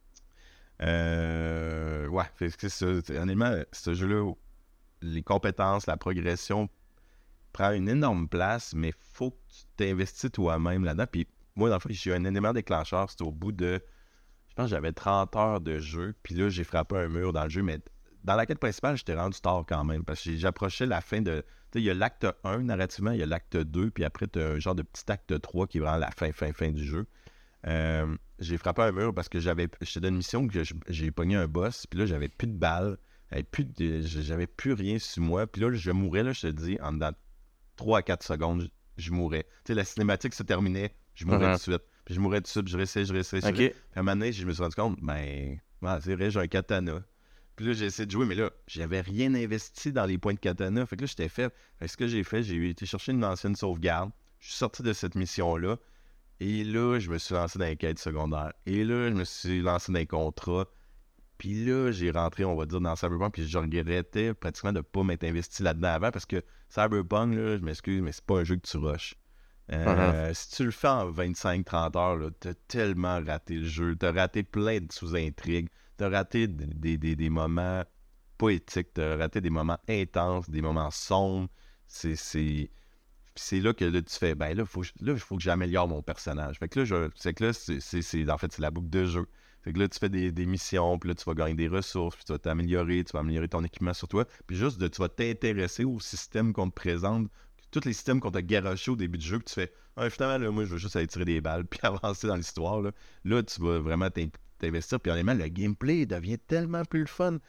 Ouais, c'est ça. Honnêtement, ce jeu-là, les compétences, la progression prend une énorme place, mais faut que tu t'investis toi-même là-dedans. Puis moi, dans le fond, j'ai eu un élément déclencheur. C'était au bout de, je pense que j'avais 30 heures de jeu. Puis là, j'ai frappé un mur dans le jeu. Mais dans la quête principale, j'étais rendu tard quand même. Parce que j'approchais la fin de... Tu sais, il y a l'acte 1, narrativement, il y a l'acte 2. Puis après, tu as un genre de petit acte 3 qui est vraiment la fin du jeu. J'ai frappé un mur parce que j'étais dans une mission que j'ai pogné un boss. Puis là, j'avais plus de balles. J'avais plus rien sur moi. Puis là, je mourais, là, je te dis, en dedans 3 à 4 secondes, je mourais. Tu sais, la cinématique se terminait, je mourais tout de suite. Puis je mourais tout de suite, je restais. Okay. Puis à un moment donné, je me suis rendu compte, c'est vrai, j'ai un katana. Puis là, j'ai essayé de jouer, mais là, j'avais rien investi dans les points de katana. Fait que là, j'étais fait. Ce que j'ai fait, j'ai été chercher une ancienne sauvegarde. Je suis sorti de cette mission-là. Et là, je me suis lancé dans les quêtes secondaires. Et là, je me suis lancé dans les contrats. Puis là, j'ai rentré, on va dire, dans Cyberpunk, puis je regrettais pratiquement de ne pas m'être investi là-dedans avant, parce que Cyberpunk, là, je m'excuse, mais c'est pas un jeu que tu rushes. Si tu le fais en 25-30 heures, là, t'as tellement raté le jeu. T'as raté plein de sous-intrigues. T'as raté des moments poétiques. T'as raté des moments intenses, des moments sombres. C'est là que là, tu fais, là, il faut que j'améliore mon personnage. Fait que là, en fait, c'est la boucle de jeu. Fait que là, tu fais des missions, puis là, tu vas gagner des ressources, puis tu vas t'améliorer, tu vas améliorer ton équipement sur toi. Puis juste, tu vas t'intéresser au système qu'on te présente, tous les systèmes qu'on t'a garoché au début du jeu, puis tu fais, finalement, là, moi, je veux juste aller tirer des balles, puis avancer dans l'histoire. Là, tu vas vraiment t'investir, puis honnêtement, le gameplay devient tellement plus le fun.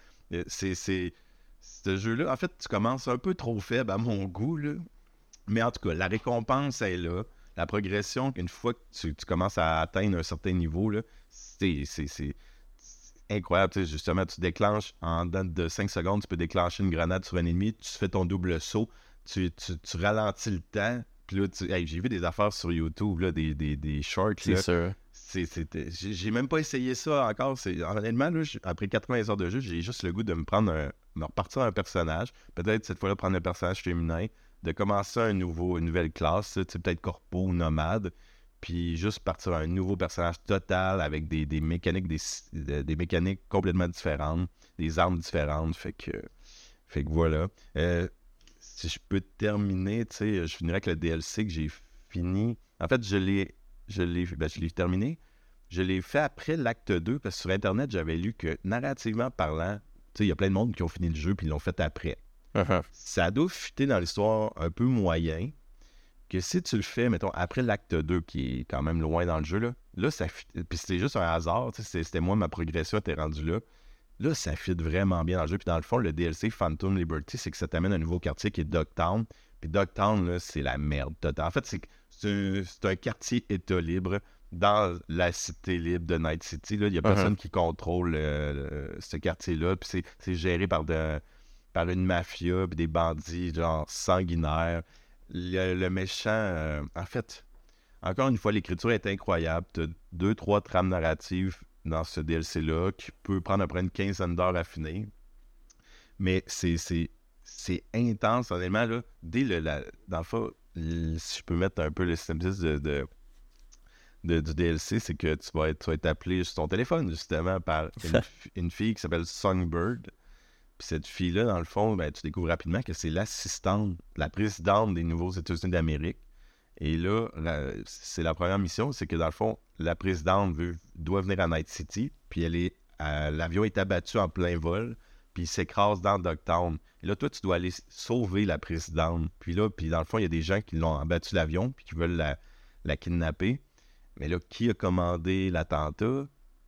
Ce jeu-là, en fait, tu commences un peu trop faible à mon goût, là. Mais en tout cas, la récompense est là. La progression, une fois que tu commences à atteindre un certain niveau, là, c'est incroyable. Tu sais, justement, tu déclenches en dedans de 5 secondes, tu peux déclencher une grenade sur un ennemi, tu fais ton double saut, tu ralentis le temps. Puis là, j'ai vu des affaires sur YouTube, là, des shorts. C'est sûr. J'ai même pas essayé ça encore. Honnêtement, là, après 80 heures de jeu, j'ai juste le goût de me repartir un personnage. Peut-être cette fois-là prendre un personnage féminin, de commencer une nouvelle classe, peut-être corpo ou nomade, puis juste partir un nouveau personnage total avec des mécaniques des mécaniques complètement différentes, des armes différentes. Fait que voilà. Si je peux terminer, je finirai avec le DLC que j'ai fini. En fait, je l'ai terminé. Je l'ai fait après l'acte 2, parce que sur Internet, j'avais lu que, narrativement parlant, il y a plein de monde qui ont fini le jeu puis ils l'ont fait après. Ça doit fitter dans l'histoire un peu moyen, que si tu le fais, mettons, après l'acte 2, qui est quand même loin dans le jeu, là ça fit. Puis c'était juste un hasard, c'était moi, ma progression était rendue là. Là, ça fit vraiment bien dans le jeu. Puis dans le fond, le DLC Phantom Liberty, c'est que ça t'amène à un nouveau quartier qui est Dogtown. Puis Dogtown, là, c'est la merde totale. En fait, c'est un quartier État libre dans la cité libre de Night City. Il n'y a personne qui contrôle ce quartier-là. Puis c'est géré par une mafia, puis des bandits genre sanguinaires. Le méchant... en fait, encore une fois, l'écriture est incroyable. Tu as 2-3 trames narratives dans ce DLC-là qui peut prendre après une quinzaine d'heures à finir. Mais c'est intense, honnêtement. Là, dans le fond, si je peux mettre un peu le synopsis du DLC, c'est que tu vas être appelé sur ton téléphone, justement, par une fille qui s'appelle Songbird. Puis cette fille-là, dans le fond, tu découvres rapidement que c'est l'assistante, la présidente des nouveaux États-Unis d'Amérique. Et là, c'est la première mission, c'est que dans le fond, la présidente doit venir à Night City, puis l'avion est abattu en plein vol, puis il s'écrase dans Dogtown. Et là, toi, tu dois aller sauver la présidente. Puis dans le fond, il y a des gens qui l'ont abattu l'avion, puis qui veulent la kidnapper. Mais là, qui a commandé l'attentat?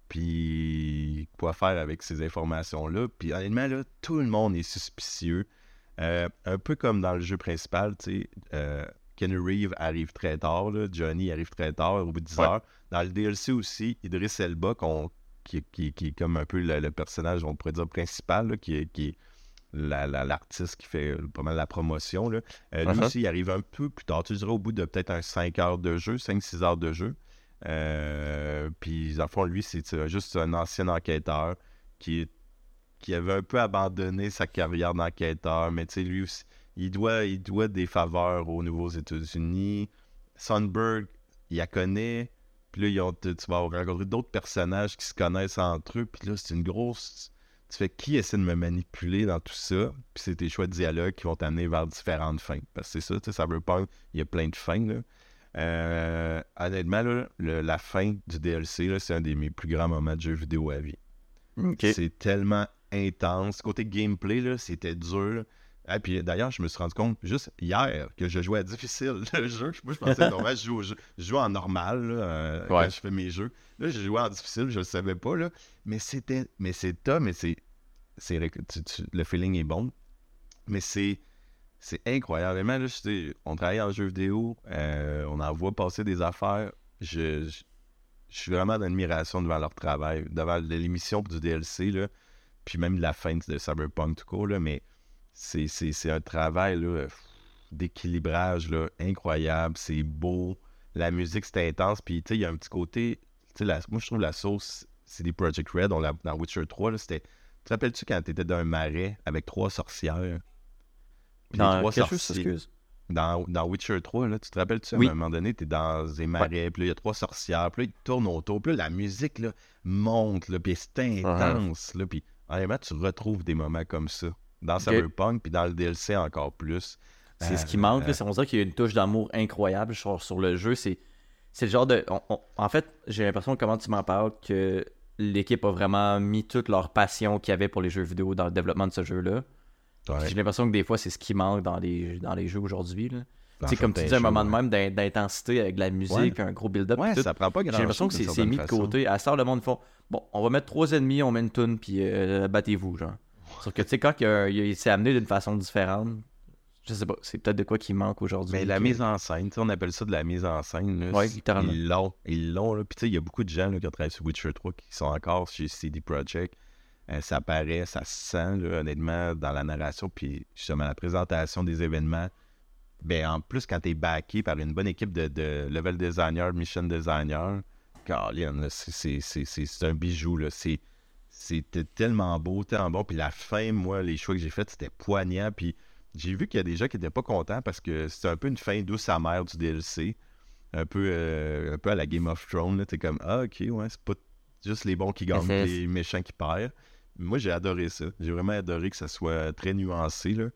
Puis quoi faire avec ces informations-là? Puis honnêtement, là, tout le monde est suspicieux. Un peu comme dans le jeu principal, tu sais, Keanu Reeves arrive très tard, là. Johnny arrive très tard, au bout de 10 Ouais. heures. Dans le DLC aussi, Idris Elba, qui est comme un peu le personnage, on pourrait dire, principal, là, qui est l'artiste qui fait pas mal la promotion. Là. Lui aussi, il arrive un peu plus tard. Tu dirais au bout de peut-être 5 heures de jeu, 5-6 heures de jeu. Puis, dans le fond, lui, c'est juste un ancien enquêteur qui avait un peu abandonné sa carrière d'enquêteur. Mais tu sais, lui aussi, il doit des faveurs aux Nouveaux-États-Unis. Sundberg, il la connaît. Puis là, tu vas rencontrer d'autres personnages qui se connaissent entre eux. Puis là, c'est une grosse... Tu fais qui essaie de me manipuler dans tout ça, puis c'est tes choix de dialogue qui vont t'amener vers différentes fins. Parce que c'est ça, tu sais, Cyberpunk, il y a plein de fins, là. Honnêtement, là, la fin du DLC, là, c'est un des mes plus grands moments de jeu vidéo à vie. Okay. C'est tellement intense. Côté gameplay, là, c'était dur. Ah, puis d'ailleurs, je me suis rendu compte juste hier que je jouais à difficile le jeu. Moi, je pensais normal, je joue en normal là, quand je fais mes jeux. Là, j'ai joué en difficile, je le savais pas. Là. Mais c'est le feeling est bon. Mais c'est incroyable. Vraiment, là, on travaille en jeu vidéo, on en voit passer des affaires. Je suis vraiment d'admiration devant leur travail, devant l'émission du DLC, là, puis même la fin de Cyberpunk tout court, là, mais c'est un travail là, d'équilibrage là, incroyable, c'est beau, la musique c'est intense, puis il y a un petit côté, moi je trouve la sauce, c'est des Project Red, dans Witcher 3, là, c'était, tu te rappelles-tu quand t'étais dans un marais avec 3 sorcières? Dans quelle chose, excuse? Dans Witcher 3, là, tu te rappelles-tu, à Oui. un moment donné, t'es dans des marais, puis là, il y a 3 sorcières, puis là, ils tournent autour, puis là, la musique, là, monte, là, puis c'est intense, là, puis honnêtement, tu retrouves des moments comme ça dans Cyberpunk, puis dans le DLC encore plus. C'est ce qui manque, là, on dirait qu'il y a une touche d'amour incroyable sur le jeu, c'est le genre de... en fait, j'ai l'impression, comment tu m'en parles, que l'équipe a vraiment mis toute leur passion qu'il y avait pour les jeux vidéo dans le développement de ce jeu-là. Ouais. J'ai l'impression que des fois, c'est ce qui manque dans les jeux aujourd'hui. Tu sais, comme tu dis, un moment de même d'intensité avec de la musique, un gros build-up. Ouais, tout. ça prend pas grand-chose. J'ai l'impression que c'est mis de côté. À ça, le monde font bon, on va mettre 3 ennemis, on met une toune, puis battez-vous, genre. Sauf que tu sais, quand il s'est amené d'une façon différente, je sais pas, c'est peut-être de quoi qui manque aujourd'hui. Mais la mise en scène, on appelle ça de la mise en scène. Oui, littéralement. Ils l'ont. Puis tu sais, il y a beaucoup de gens là, qui ont travaillé sur Witcher 3 qui sont encore chez CD Projekt. Ça apparaît, ça se sent, là, honnêtement, dans la narration, puis justement la présentation des événements. Ben, en plus, quand tu es backé par une bonne équipe de level designer, mission designer, Colin, c'est un bijou. Là. C'était tellement beau, tellement bon. Puis la fin, moi, les choix que j'ai faits, c'était poignant. Puis j'ai vu qu'il y a des gens qui n'étaient pas contents parce que c'était un peu une fin douce amère du DLC. Un peu à la Game of Thrones. T'es comme, ah, ok, ouais, c'est pas juste les bons qui gagnent, les méchants qui perdent. Moi, j'ai adoré ça. J'ai vraiment adoré que ça soit très nuancé, là.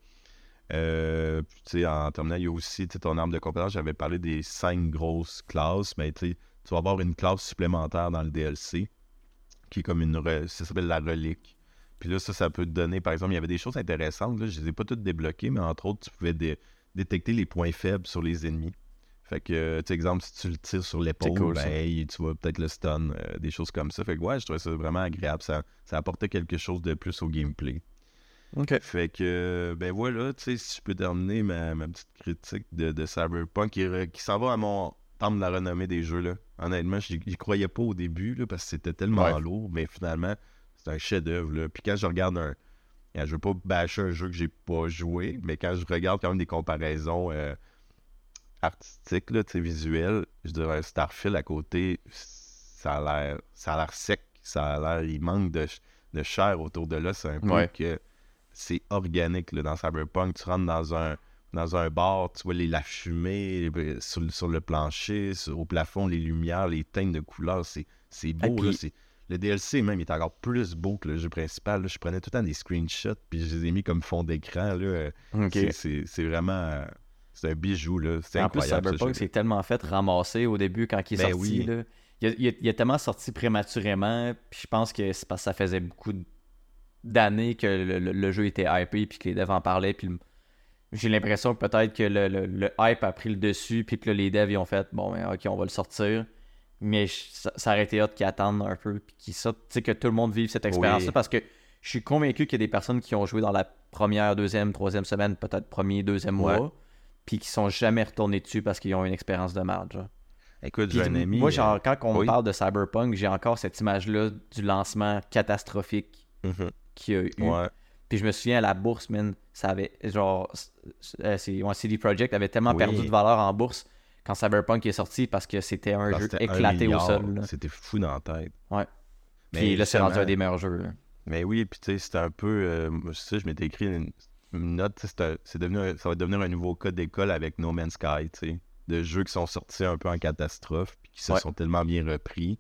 En terminant, il y a aussi ton arbre de compétence. J'avais parlé des 5 grosses classes, mais tu vas avoir une classe supplémentaire dans le DLC qui est comme ça s'appelle la relique. Puis là, ça peut te donner, par exemple, il y avait des choses intéressantes. Là, je les ai pas toutes débloquées, mais entre autres, tu pouvais détecter les points faibles sur les ennemis. Fait que, tu sais, exemple, si tu le tires sur l'épaule, cool, tu vas peut-être le stun, des choses comme ça. Fait que, ouais, je trouvais ça vraiment agréable. Ça apportait quelque chose de plus au gameplay. OK. Fait que, ben voilà, tu sais, si je peux terminer ma petite critique de Cyberpunk qui s'en va à mon temple de la renommée des jeux, là. Honnêtement, j'y croyais pas au début, là, parce que c'était tellement lourd, mais finalement, c'est un chef-d'œuvre, là. Puis quand je regarde je veux pas bâcher un jeu que j'ai pas joué, mais quand je regarde quand même des comparaisons artistiques, là, tu sais, visuelles, je dirais Starfield à côté, ça a l'air sec, il manque de chair autour de là, c'est un peu que c'est organique là, dans Cyberpunk. Tu rentres dans un bar, tu vois la fumée sur le plancher, au plafond, les lumières, les teintes de couleurs, c'est beau. Là, le DLC même est encore plus beau que le jeu principal. Là. Je prenais tout le temps des screenshots puis je les ai mis comme fond d'écran. Là. C'est vraiment... c'est un bijou. Là. C'est incroyable. En plus, Cyberpunk s'est tellement fait ramasser au début quand il est sorti. Oui. Là. Il a tellement sorti prématurément, puis je pense que c'est parce que ça faisait beaucoup d'années que le jeu était hypé puis que les devs en parlaient puis j'ai l'impression que peut-être que le hype a pris le dessus puis que là, les devs ils ont fait bon ben, ok on va le sortir mais ça aurait été hot qu'ils attendent un peu puis qu'ils sortent, tu sais, que tout le monde vive cette expérience-là parce que je suis convaincu qu'il y a des personnes qui ont joué dans la première, deuxième, troisième semaine, peut-être premier, deuxième mois puis qui sont jamais retournés dessus parce qu'ils ont une expérience de merde, genre. Écoute, Puis j'ai un ami... moi, genre, quand on me oui. parle de Cyberpunk, j'ai encore cette image-là du lancement catastrophique Mhm. qu'il y a eu. Ouais. Puis je me souviens, à la bourse, man, ça avait, genre, CD Projekt avait tellement Oui. perdu de valeur en bourse quand Cyberpunk est sorti parce que c'était un Parce jeu que c'était 1 éclaté au milliard. sol, là. C'était fou dans la tête. Ouais. Mais Puis là, c'est rendu un justement- des meilleurs jeux, là. Mais oui, puis tu sais, c'était un peu... je sais, je m'étais écrit une note, tu sais, ça va devenir un nouveau cas d'école avec No Man's Sky, tu sais. De jeux qui sont sortis un peu en catastrophe, puis qui se Ouais. sont tellement bien repris.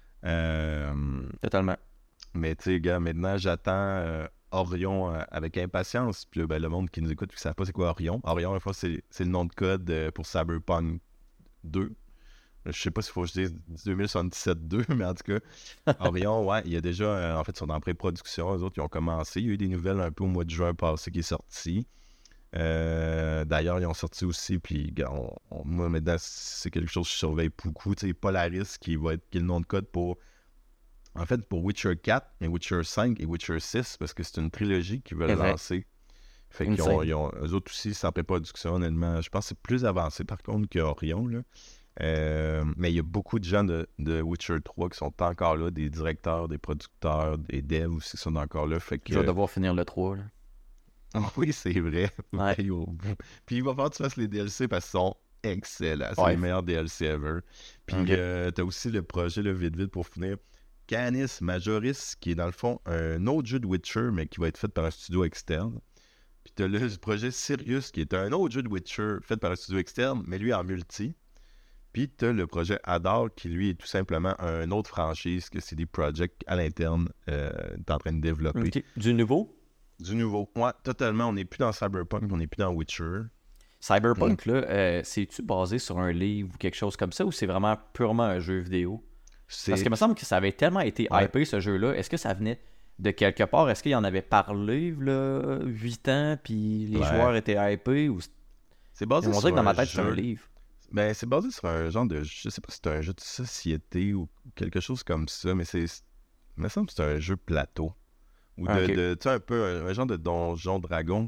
Totalement. Mais tu sais, gars, maintenant, j'attends Orion avec impatience. Puis là, ben, le monde qui nous écoute, qui ne savent pas c'est quoi Orion. Orion, une fois, c'est le nom de code pour Cyberpunk 2. Je sais pas s'il faut que je dise 2077-2, mais en tout cas, Orion, ouais, il y a déjà, en fait, ils sont en pré-production. Eux autres, ils ont commencé. Il y a eu des nouvelles un peu au mois de juin passé qui est sorti. D'ailleurs, ils ont sorti aussi, puis gars, moi, maintenant, c'est quelque chose que je surveille beaucoup. Tu sais, Polaris, qui est le nom de code pour, en fait, pour Witcher 4, et Witcher 5 et Witcher 6, parce que c'est une trilogie qu'ils veulent Exact. lancer. Fait qu'ils Insane. eux autres aussi, c'est en pré-production, honnêtement. Je pense que c'est plus avancé, par contre, qu'Orion, là. Mais il y a beaucoup de gens de Witcher 3 qui sont encore là, des directeurs, des producteurs, des devs aussi qui sont encore là. Fait que, Je vais devoir finir le 3, là. oui, c'est vrai. Ouais. Puis il va falloir que tu fasses les DLC parce qu'ils sont excellents. C'est Ouais. les meilleurs DLC ever. Puis Ok. t'as aussi le projet, là, vite, pour finir, Canis Majoris, qui est dans le fond un autre jeu de Witcher, mais qui va être fait par un studio externe. Puis t'as le projet Sirius, qui est un autre jeu de Witcher fait par un studio externe, mais lui en multi. Puis t'as le projet Adar, qui lui est tout simplement un autre franchise que CD Projekt à l'interne est en train de développer. Ok. Du nouveau? Du nouveau. Ouais, totalement. On n'est plus dans Cyberpunk, on n'est plus dans Witcher. Cyberpunk, là, c'est-tu basé sur un livre ou quelque chose comme ça, ou c'est vraiment purement un jeu vidéo? Parce qu'il me semble que ça avait tellement été Ouais. hypé, ce jeu-là. Est-ce que ça venait de quelque part? Est-ce qu'il en avait parlé, là, 8 ans, puis les Ouais. joueurs étaient hypés? Ou... C'est basé On sur dirait que dans ma un tête, c'est un jeu. livre. Ben, c'est basé sur un genre de... Je sais pas si c'est un jeu de société ou quelque chose comme ça, mais il me semble que c'est un jeu plateau. Ou Ah, ok. tu sais, un peu un genre de donjon dragon,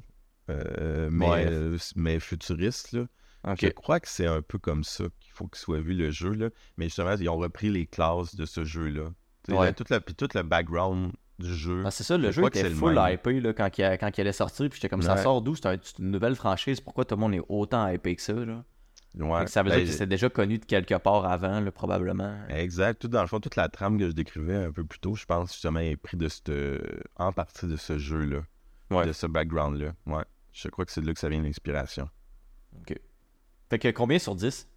Ouais. mais futuriste, là. Ok. Je crois que c'est un peu comme ça qu'il faut qu'il soit vu le jeu, là. Mais justement, ils ont repris les classes de ce jeu-là. Tu sais, Ouais. puis tout le background du jeu. Ah, c'est ça, le Je jeu crois que était c'est le full même. hypé là, quand il allait sortir. Puis j'étais comme, ça Ouais. sort d'où? C'est une nouvelle franchise. Pourquoi tout le monde est autant hypé que ça? Là? Ouais. Fait que ça veut Ben, dire que c'était déjà connu de quelque part avant, là, probablement. exact. Tout dans le fond, toute la trame que je décrivais un peu plus tôt, je pense justement est pris en partie de ce jeu-là. Ouais. De ce background-là. Ouais. Je crois que c'est de là que ça vient l'inspiration. Ok. Fait que combien sur 10?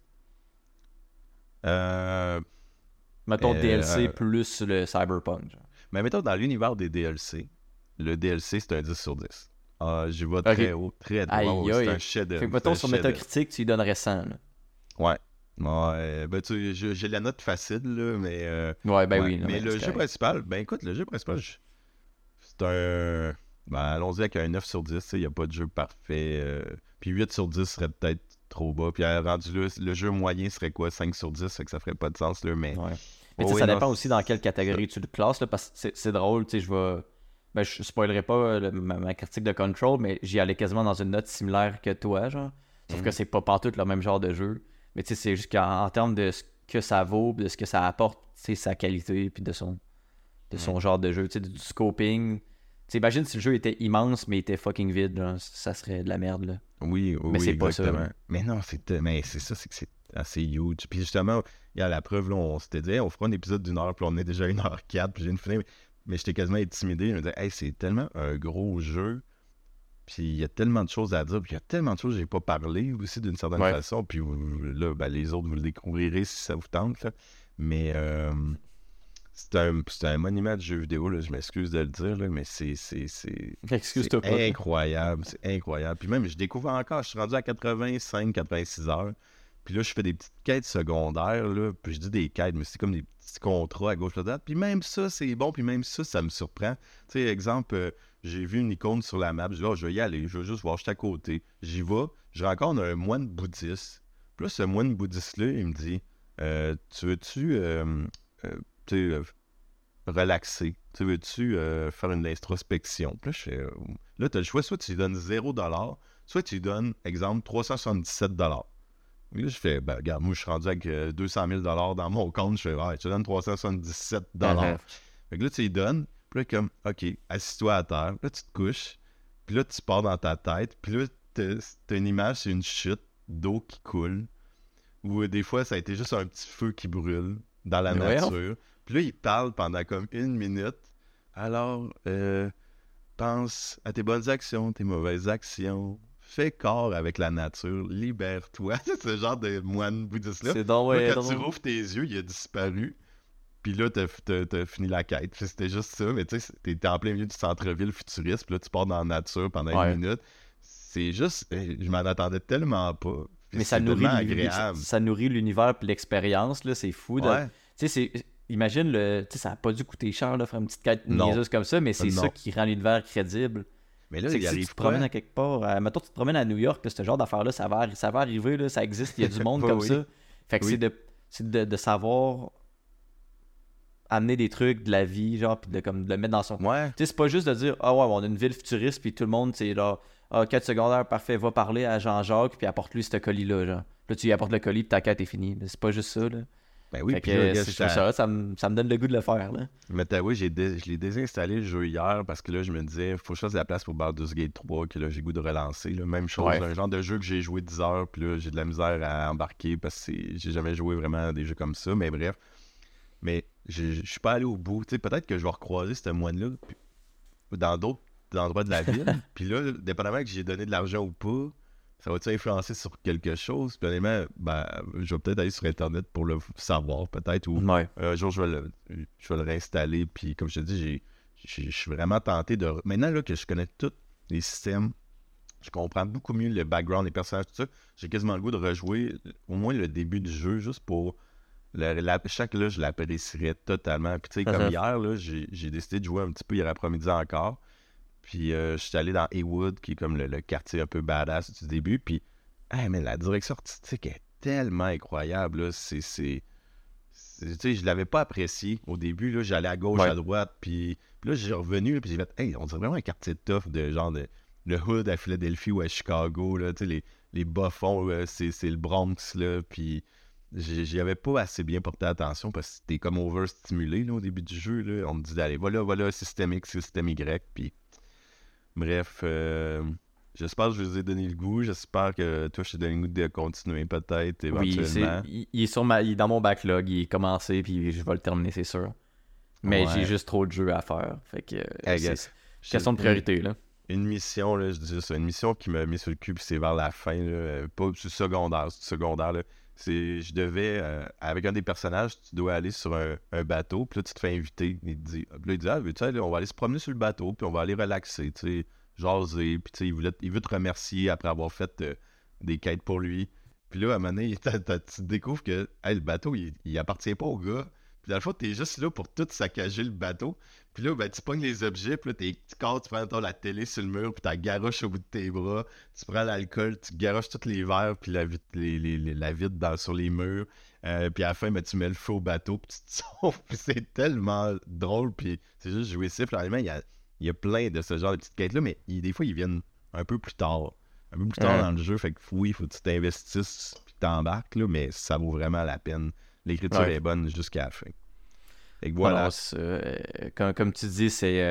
Mettons DLC plus le Cyberpunk. Genre. Mais mettons, dans l'univers des DLC, le DLC, c'est un 10 sur 10. J'y vais très haut, très droit. Aïe, Ouais, aïe. c'est un chef-d'œuvre. Fait que mettons C'est un sur chef-d'œuvre. Metacritic, tu lui donnerais 100. Là. Ouais. Ouais, ben, tu sais, j'ai la note facile, là, mais... Ouais, ben ouais. oui. non, Mais le c'est jeu correct. principal, ben écoute, le jeu principal, c'est un... Ben, allons-y avec un 9 sur 10, il n'y a pas de jeu parfait. Puis 8 sur 10 serait peut-être trop bas. Puis rendu là, le jeu moyen serait quoi, 5 sur 10, fait que ça ferait pas de sens, là, mais... Ouais. Mais tu sais, oui, ça non, dépend aussi dans quelle catégorie tu le classes, là, parce que c'est drôle, tu sais, Ben, je spoilerai pas ma critique de Control, mais j'y allais quasiment dans une note similaire que toi, genre. Sauf que c'est pas partout le même genre de jeu. Mais tu sais, c'est juste qu'en termes de ce que ça vaut, de ce que ça apporte, tu sais, sa qualité, puis de son genre de jeu, tu sais, du scoping. Tu sais, imagine si le jeu était immense, mais il était fucking vide, genre, ça serait de la merde, là. Oui, oui, Mais oui, c'est pas ça, exactement. là. Mais non, mais c'est ça, c'est que c'est assez huge. Puis justement, il y a la preuve, là, on s'était dit, hey, on fera un épisode d'une heure, puis on est déjà à 1h04, puis j'ai une finir. Mais j'étais quasiment intimidé. Je me disais, hey, c'est tellement un gros jeu. Puis il y a tellement de choses à dire. Puis il y a tellement de choses que j'ai pas parlé aussi d'une certaine Ouais. façon. Puis là, ben, les autres, vous le découvrirez si ça vous tente. Là. Mais c'est un monument de jeu vidéo. Là, je m'excuse de le dire, là, mais c'est Excuse-toi pas. incroyable. C'est incroyable. Puis même, je découvre encore. Je suis rendu à 85-86 heures. Puis là, je fais des petites quêtes secondaires. Là, puis je dis des quêtes, mais c'est comme des petits contrats à gauche à droite. Puis même ça, c'est bon. Puis même ça me surprend. Tu sais, exemple, j'ai vu une icône sur la map. Je dis, oh, je vais y aller. Je veux juste voir, je suis à côté. J'y vais. Je rencontre un moine bouddhiste. Puis là, ce moine bouddhiste-là, il me dit, tu veux-tu tu sais, relaxer? Tu veux-tu faire une introspection? Puis là, là, tu as le choix. Soit tu lui donnes $0, soit tu lui donnes, exemple, 377$. Et là, je fais, ben, regarde, moi, je suis rendu avec 200 000$ dans mon compte. Je fais, ouais, je te donne 377$. Fait que là, tu lui donnes. Puis là, comme, OK, assis-toi à terre. Puis là, tu te couches. Puis là, tu pars dans ta tête. Puis là, t'as une image, c'est une chute d'eau qui coule. Ou des fois, ça a été juste un petit feu qui brûle dans la nature. Puis là, il parle pendant comme 1 minute. Alors, pense à tes bonnes actions, tes mauvaises actions. Fais corps avec la nature, libère-toi. C'est ce genre de moine bouddhiste-là. C'est donc, Là, quand tu rouvres tes yeux, il a disparu. Puis là, t'as fini la quête. Puis c'était juste ça. Mais tu sais, t'es en plein milieu du centre-ville futuriste. Puis là, tu pars dans la nature pendant 1 minute. C'est juste... Je m'en attendais tellement pas. Mais ça nourrit l'univers et l'expérience. Là, c'est fou. Tu sais, imagine, ça n'a pas dû coûter cher là, faire une petite quête niaiseuse comme ça. Mais c'est ça qui rend l'univers crédible. Mais là, si tu te promènes à quelque part, mettons, tu te promènes à New York, là, ce genre d'affaires-là, ça va arriver, là, ça existe, il y a du monde comme ça. Fait que c'est de savoir amener des trucs de la vie, genre, puis de le mettre dans son... Tu sais, c'est pas juste de dire, ah ouais, on a une ville futuriste, puis tout le monde, c'est là, quête secondaire, parfait, va parler à Jean-Jacques, puis apporte-lui ce colis-là, genre. Là, tu lui apportes le colis, puis ta quête est finie. Mais c'est pas juste ça, là. Ben oui, puis ça me donne le goût de le faire, là. Mais oui, je l'ai désinstallé le jeu hier parce que là, je me disais, faut que je fasse de la place pour Baldur's Gate 3 que là, j'ai le goût de relancer. Là. Même chose, un genre de jeu que j'ai joué 10 heures, puis là, j'ai de la misère à embarquer parce que j'ai jamais joué vraiment à des jeux comme ça, mais bref. Mais je suis pas allé au bout. Tu sais, peut-être que je vais recroiser ce moine-là dans d'autres endroits de la ville. Puis là, dépendamment que j'ai donné de l'argent ou pas, ça va-tu influencer sur quelque chose? Puis honnêtement, je vais peut-être aller sur Internet pour le savoir, peut-être. Ou un jour, je vais le réinstaller. Puis comme je te dis, je suis vraiment tenté de... Maintenant là, que je connais tous les systèmes, je comprends beaucoup mieux le background, les personnages, tout ça, j'ai quasiment le goût de rejouer au moins le début du jeu, juste pour... chaque là, je l'apprécierais totalement. Puis tu sais, comme hier, là, j'ai décidé de jouer un petit peu hier après-midi encore. Puis je suis allé dans Heywood, qui est comme le quartier un peu badass du début. Puis, mais la direction artistique est tellement incroyable. Là. Tu sais, je l'avais pas apprécié au début. Là, j'allais à gauche, à droite. Puis là, j'ai revenu. Là, puis j'ai fait, on dirait vraiment un quartier de tough de genre le Hood à Philadelphie ou à Chicago. Là, tu sais, les bas-fonds, c'est le Bronx. Là, puis j'y avais pas assez bien porté attention parce que c'était comme overstimulé là, au début du jeu. Là. On me disait, allez, voilà, système X, système Y. Puis bref, j'espère que je vous ai donné le goût. J'espère que toi, je t'ai donné le goût de continuer peut-être éventuellement. Oui, il est dans mon backlog. Il est commencé, puis je vais le terminer, c'est sûr. Mais j'ai juste trop de jeux à faire. Fait que c'est question de priorité, là. Une mission, là, je dis ça, une mission qui m'a mis sur le cul, puis c'est vers la fin, là, pas du secondaire, c'est du secondaire, là. Je devais, avec un des personnages, tu dois aller sur un bateau, puis là, tu te fais inviter. Il te dit, tu sais, on va aller se promener sur le bateau, puis on va aller relaxer, tu sais, jaser, puis tu sais, il veut te remercier après avoir fait des quêtes pour lui. Puis là, à un moment donné, tu découvres que le bateau, il appartient pas au gars. Puis dans le fond, t'es juste là pour tout saccager le bateau. Puis là, tu pognes les objets, puis là, tu prends la télé sur le mur, puis t'as garoche au bout de tes bras. Tu prends l'alcool, tu garoches tous les verres, puis la vitre sur les murs. Puis à la fin, tu mets le feu au bateau, puis tu te sauves. Puis c'est tellement drôle, puis c'est juste jouissif. Finalement, il y a plein de ce genre de petites quêtes-là, mais des fois, ils viennent un peu plus tard. Un peu plus tard dans le jeu, fait que oui, il faut que tu t'investisses, puis que t'embarques, là, mais ça vaut vraiment la peine. L'écriture est bonne jusqu'à la fin. Et voilà. Alors, comme tu dis, c'est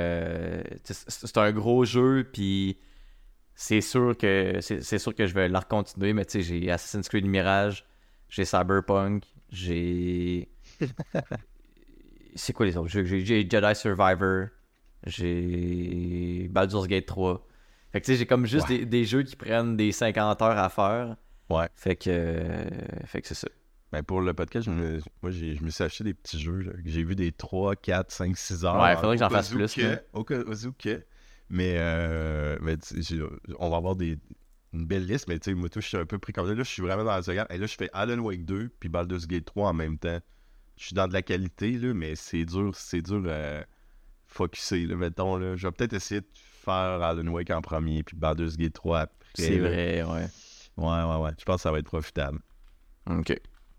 un gros jeu, puis c'est sûr que je vais la recontinuer, mais tu sais, j'ai Assassin's Creed Mirage, j'ai Cyberpunk, j'ai... C'est quoi les autres jeux? J'ai Jedi Survivor, j'ai Baldur's Gate 3. Fait que tu sais, j'ai comme juste des jeux qui prennent des 50 heures à faire. Ouais. Fait que c'est ça. Ben pour le podcast, je me suis acheté des petits jeux. Là, que j'ai vu des 3, 4, 5, 6 heures. Ouais, il faudrait que j'en fasse plus. Au cas où. Mais on va avoir une belle liste. Mais tu sais, moi, je suis un peu pris comme ça. Là, je suis vraiment dans la seconde. Et là, je fais Alan Wake 2 puis Baldur's Gate 3 en même temps. Je suis dans de la qualité, là, mais c'est dur focusser, là, mettons. Là. Je vais peut-être essayer de faire Alan Wake en premier puis Baldur's Gate 3 après. C'est vrai, ouais. Ouais. Je pense que ça va être profitable. OK.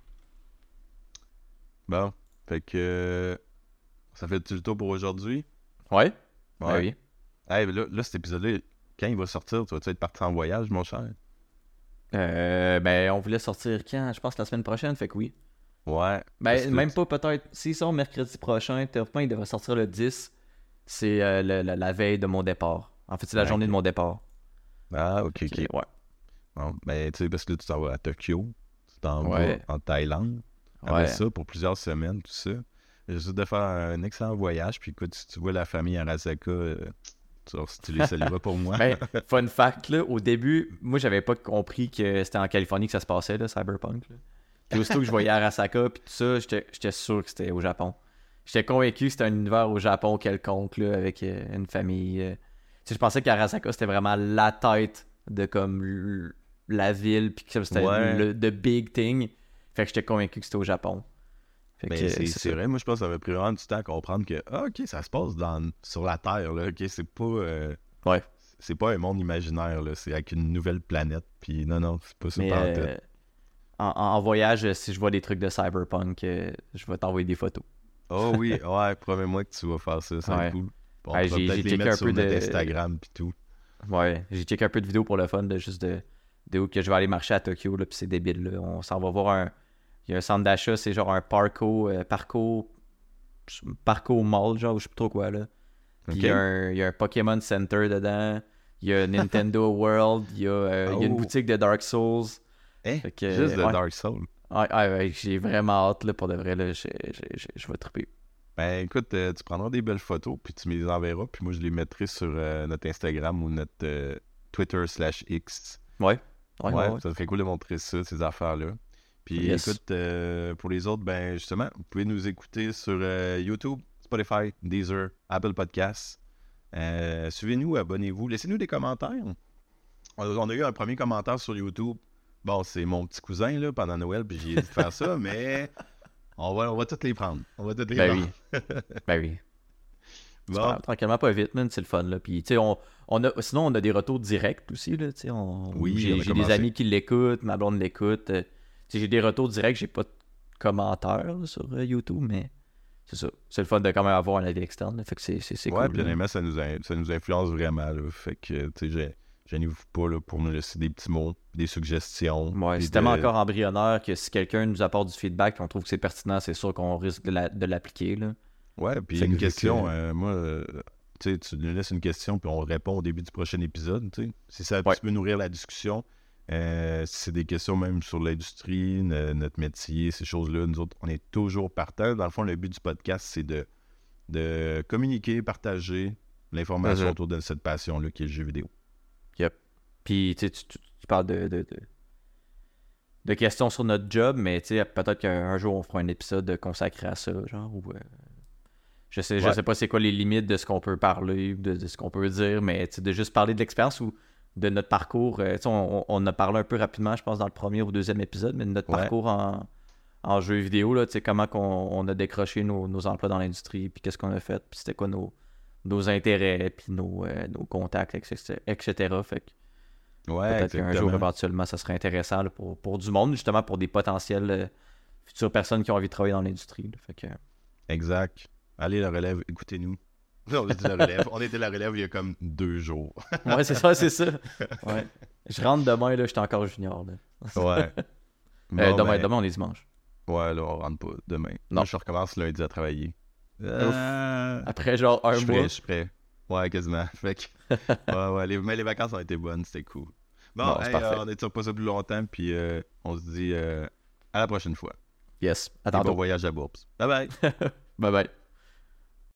Bon, fait que ça fait tout le tour pour aujourd'hui? Ouais. Oui. Hey, là, cet épisode-là, quand il va sortir, tu vas-tu être parti en voyage, mon cher? Ben, on voulait sortir quand? Je pense la semaine prochaine, fait que oui. Ouais. Ben, même pas peut-être. S'ils sont mercredi prochain, théoriquement, il devrait sortir le 10. C'est la veille de mon départ. En fait, c'est la journée de mon départ. Ah, ok. Ouais. Bon, ben, tu sais, parce que là, tu t'en vas à Tokyo, tu t'en vas en Thaïlande. Après ça, pour plusieurs semaines, tout ça. Juste de faire un excellent voyage. Puis écoute, si tu vois la famille Arasaka, tu les salueras pour moi. Ben, fun fact, là, au début, moi, j'avais pas compris que c'était en Californie que ça se passait, là, Cyberpunk. Là. Puis aussitôt que je voyais Arasaka, puis tout ça, j'étais sûr que c'était au Japon. J'étais convaincu que c'était un univers au Japon quelconque, là, avec une famille. Tu sais, je pensais qu'Arasaka, c'était vraiment la tête de comme la ville, puis que c'était le big thing. Fait que j'étais convaincu que c'était au Japon. Ben, c'est vrai, moi je pense que ça m'a pris vraiment du temps à comprendre que ok, ça se passe sur la Terre, là, ok, c'est pas c'est pas un monde imaginaire, là, c'est avec une nouvelle planète, puis non, c'est pas ça par tête. En voyage, si je vois des trucs de Cyberpunk, je vais t'envoyer des photos. Oh oui, ouais, promets-moi que tu vas faire ça, ça va être cool. Bon, on j'ai peut-être les mettre sur notre Instagram puis tout. Ouais, j'ai checké un peu de vidéos pour le fun, de où que je vais aller marcher à Tokyo, là, puis c'est débile, là. On s'en va voir il y a un centre d'achat, c'est genre un Parco Mall, genre, ou je sais plus trop quoi, là. Puis il y a un Pokémon Center dedans, il y a Nintendo World, il y a une boutique de Dark Souls. Juste de Dark Souls? Ouais, j'ai vraiment hâte, là, pour de vrai, là, je vais triper. Ben écoute, tu prendras des belles photos, puis tu me les enverras, puis moi je les mettrai sur notre Instagram ou notre Twitter/X. Ouais, ça serait cool de montrer ça, ces affaires-là. Puis écoute, pour les autres, ben justement, vous pouvez nous écouter sur YouTube, Spotify, Deezer, Apple Podcasts. Suivez-nous, abonnez-vous, laissez-nous des commentaires. On a eu un premier commentaire sur YouTube. Bon, c'est mon petit cousin là, pendant Noël, puis j'ai dit de faire ça, mais on va toutes les prendre. Oui. Ben oui. Bon. Tranquillement, pas vite, man, c'est le fun, là. Puis, tu sais, sinon, on a des retours directs aussi, là, tu sais. J'ai des amis qui l'écoutent, ma blonde l'écoute. J'ai des retours directs, j'ai pas de commentaires là, sur YouTube, mais c'est ça. C'est le fun de quand même avoir un avis externe, là. Fait que c'est cool. Ouais, puis honnêtement, ça nous influence vraiment, là. Fait que, tu sais, gênez-vous pas là, pour nous laisser des petits mots, des suggestions. Ouais, c'est tellement encore embryonnaire que si quelqu'un nous apporte du feedback et on trouve que c'est pertinent, c'est sûr qu'on risque de l'appliquer, là. Ouais, puis une question, moi, tu sais, tu nous laisses une question puis on répond au début du prochain épisode, tu sais. Si ça peut nourrir la discussion, si c'est des questions même sur l'industrie, notre métier, ces choses-là, nous autres, on est toujours partants. Dans le fond, le but du podcast, c'est de communiquer, partager l'information autour de cette passion-là qui est le jeu vidéo. Yep. Puis, tu parles de questions sur notre job, mais tu sais, peut-être qu'un jour, on fera un épisode consacré à ça, genre, ou... Je sais pas c'est quoi les limites de ce qu'on peut parler, de ce qu'on peut dire, mais de juste parler de l'expérience ou de notre parcours. On a parlé un peu rapidement, je pense, dans le premier ou deuxième épisode, mais de notre parcours en jeu vidéo, là, comment on a décroché nos emplois dans l'industrie, puis qu'est-ce qu'on a fait, puis c'était quoi nos intérêts, puis nos contacts, etc. Fait que peut-être qu'un jour, éventuellement, ça serait intéressant là, pour du monde, justement, pour des potentielles futures personnes qui ont envie de travailler dans l'industrie. Là, fait que... Exact. Allez, la relève, écoutez-nous. On était la relève. On était la relève il y a comme 2 jours. Ouais, c'est ça. Ouais. Je rentre demain, là, j'étais encore junior. Là. Ouais. Bon, demain, on est dimanche. Ouais, là, on rentre pas demain. Non, je recommence lundi à travailler. Après, genre, un mois. Je suis prêt. Ouais, quasiment. Fait que... ouais, mais les vacances ont été bonnes, c'était cool. Bon, on n'étire pas ça plus longtemps, puis on se dit à la prochaine fois. Yes, à tantôt. Bon voyage à Bourbs. Bye bye. Bye bye.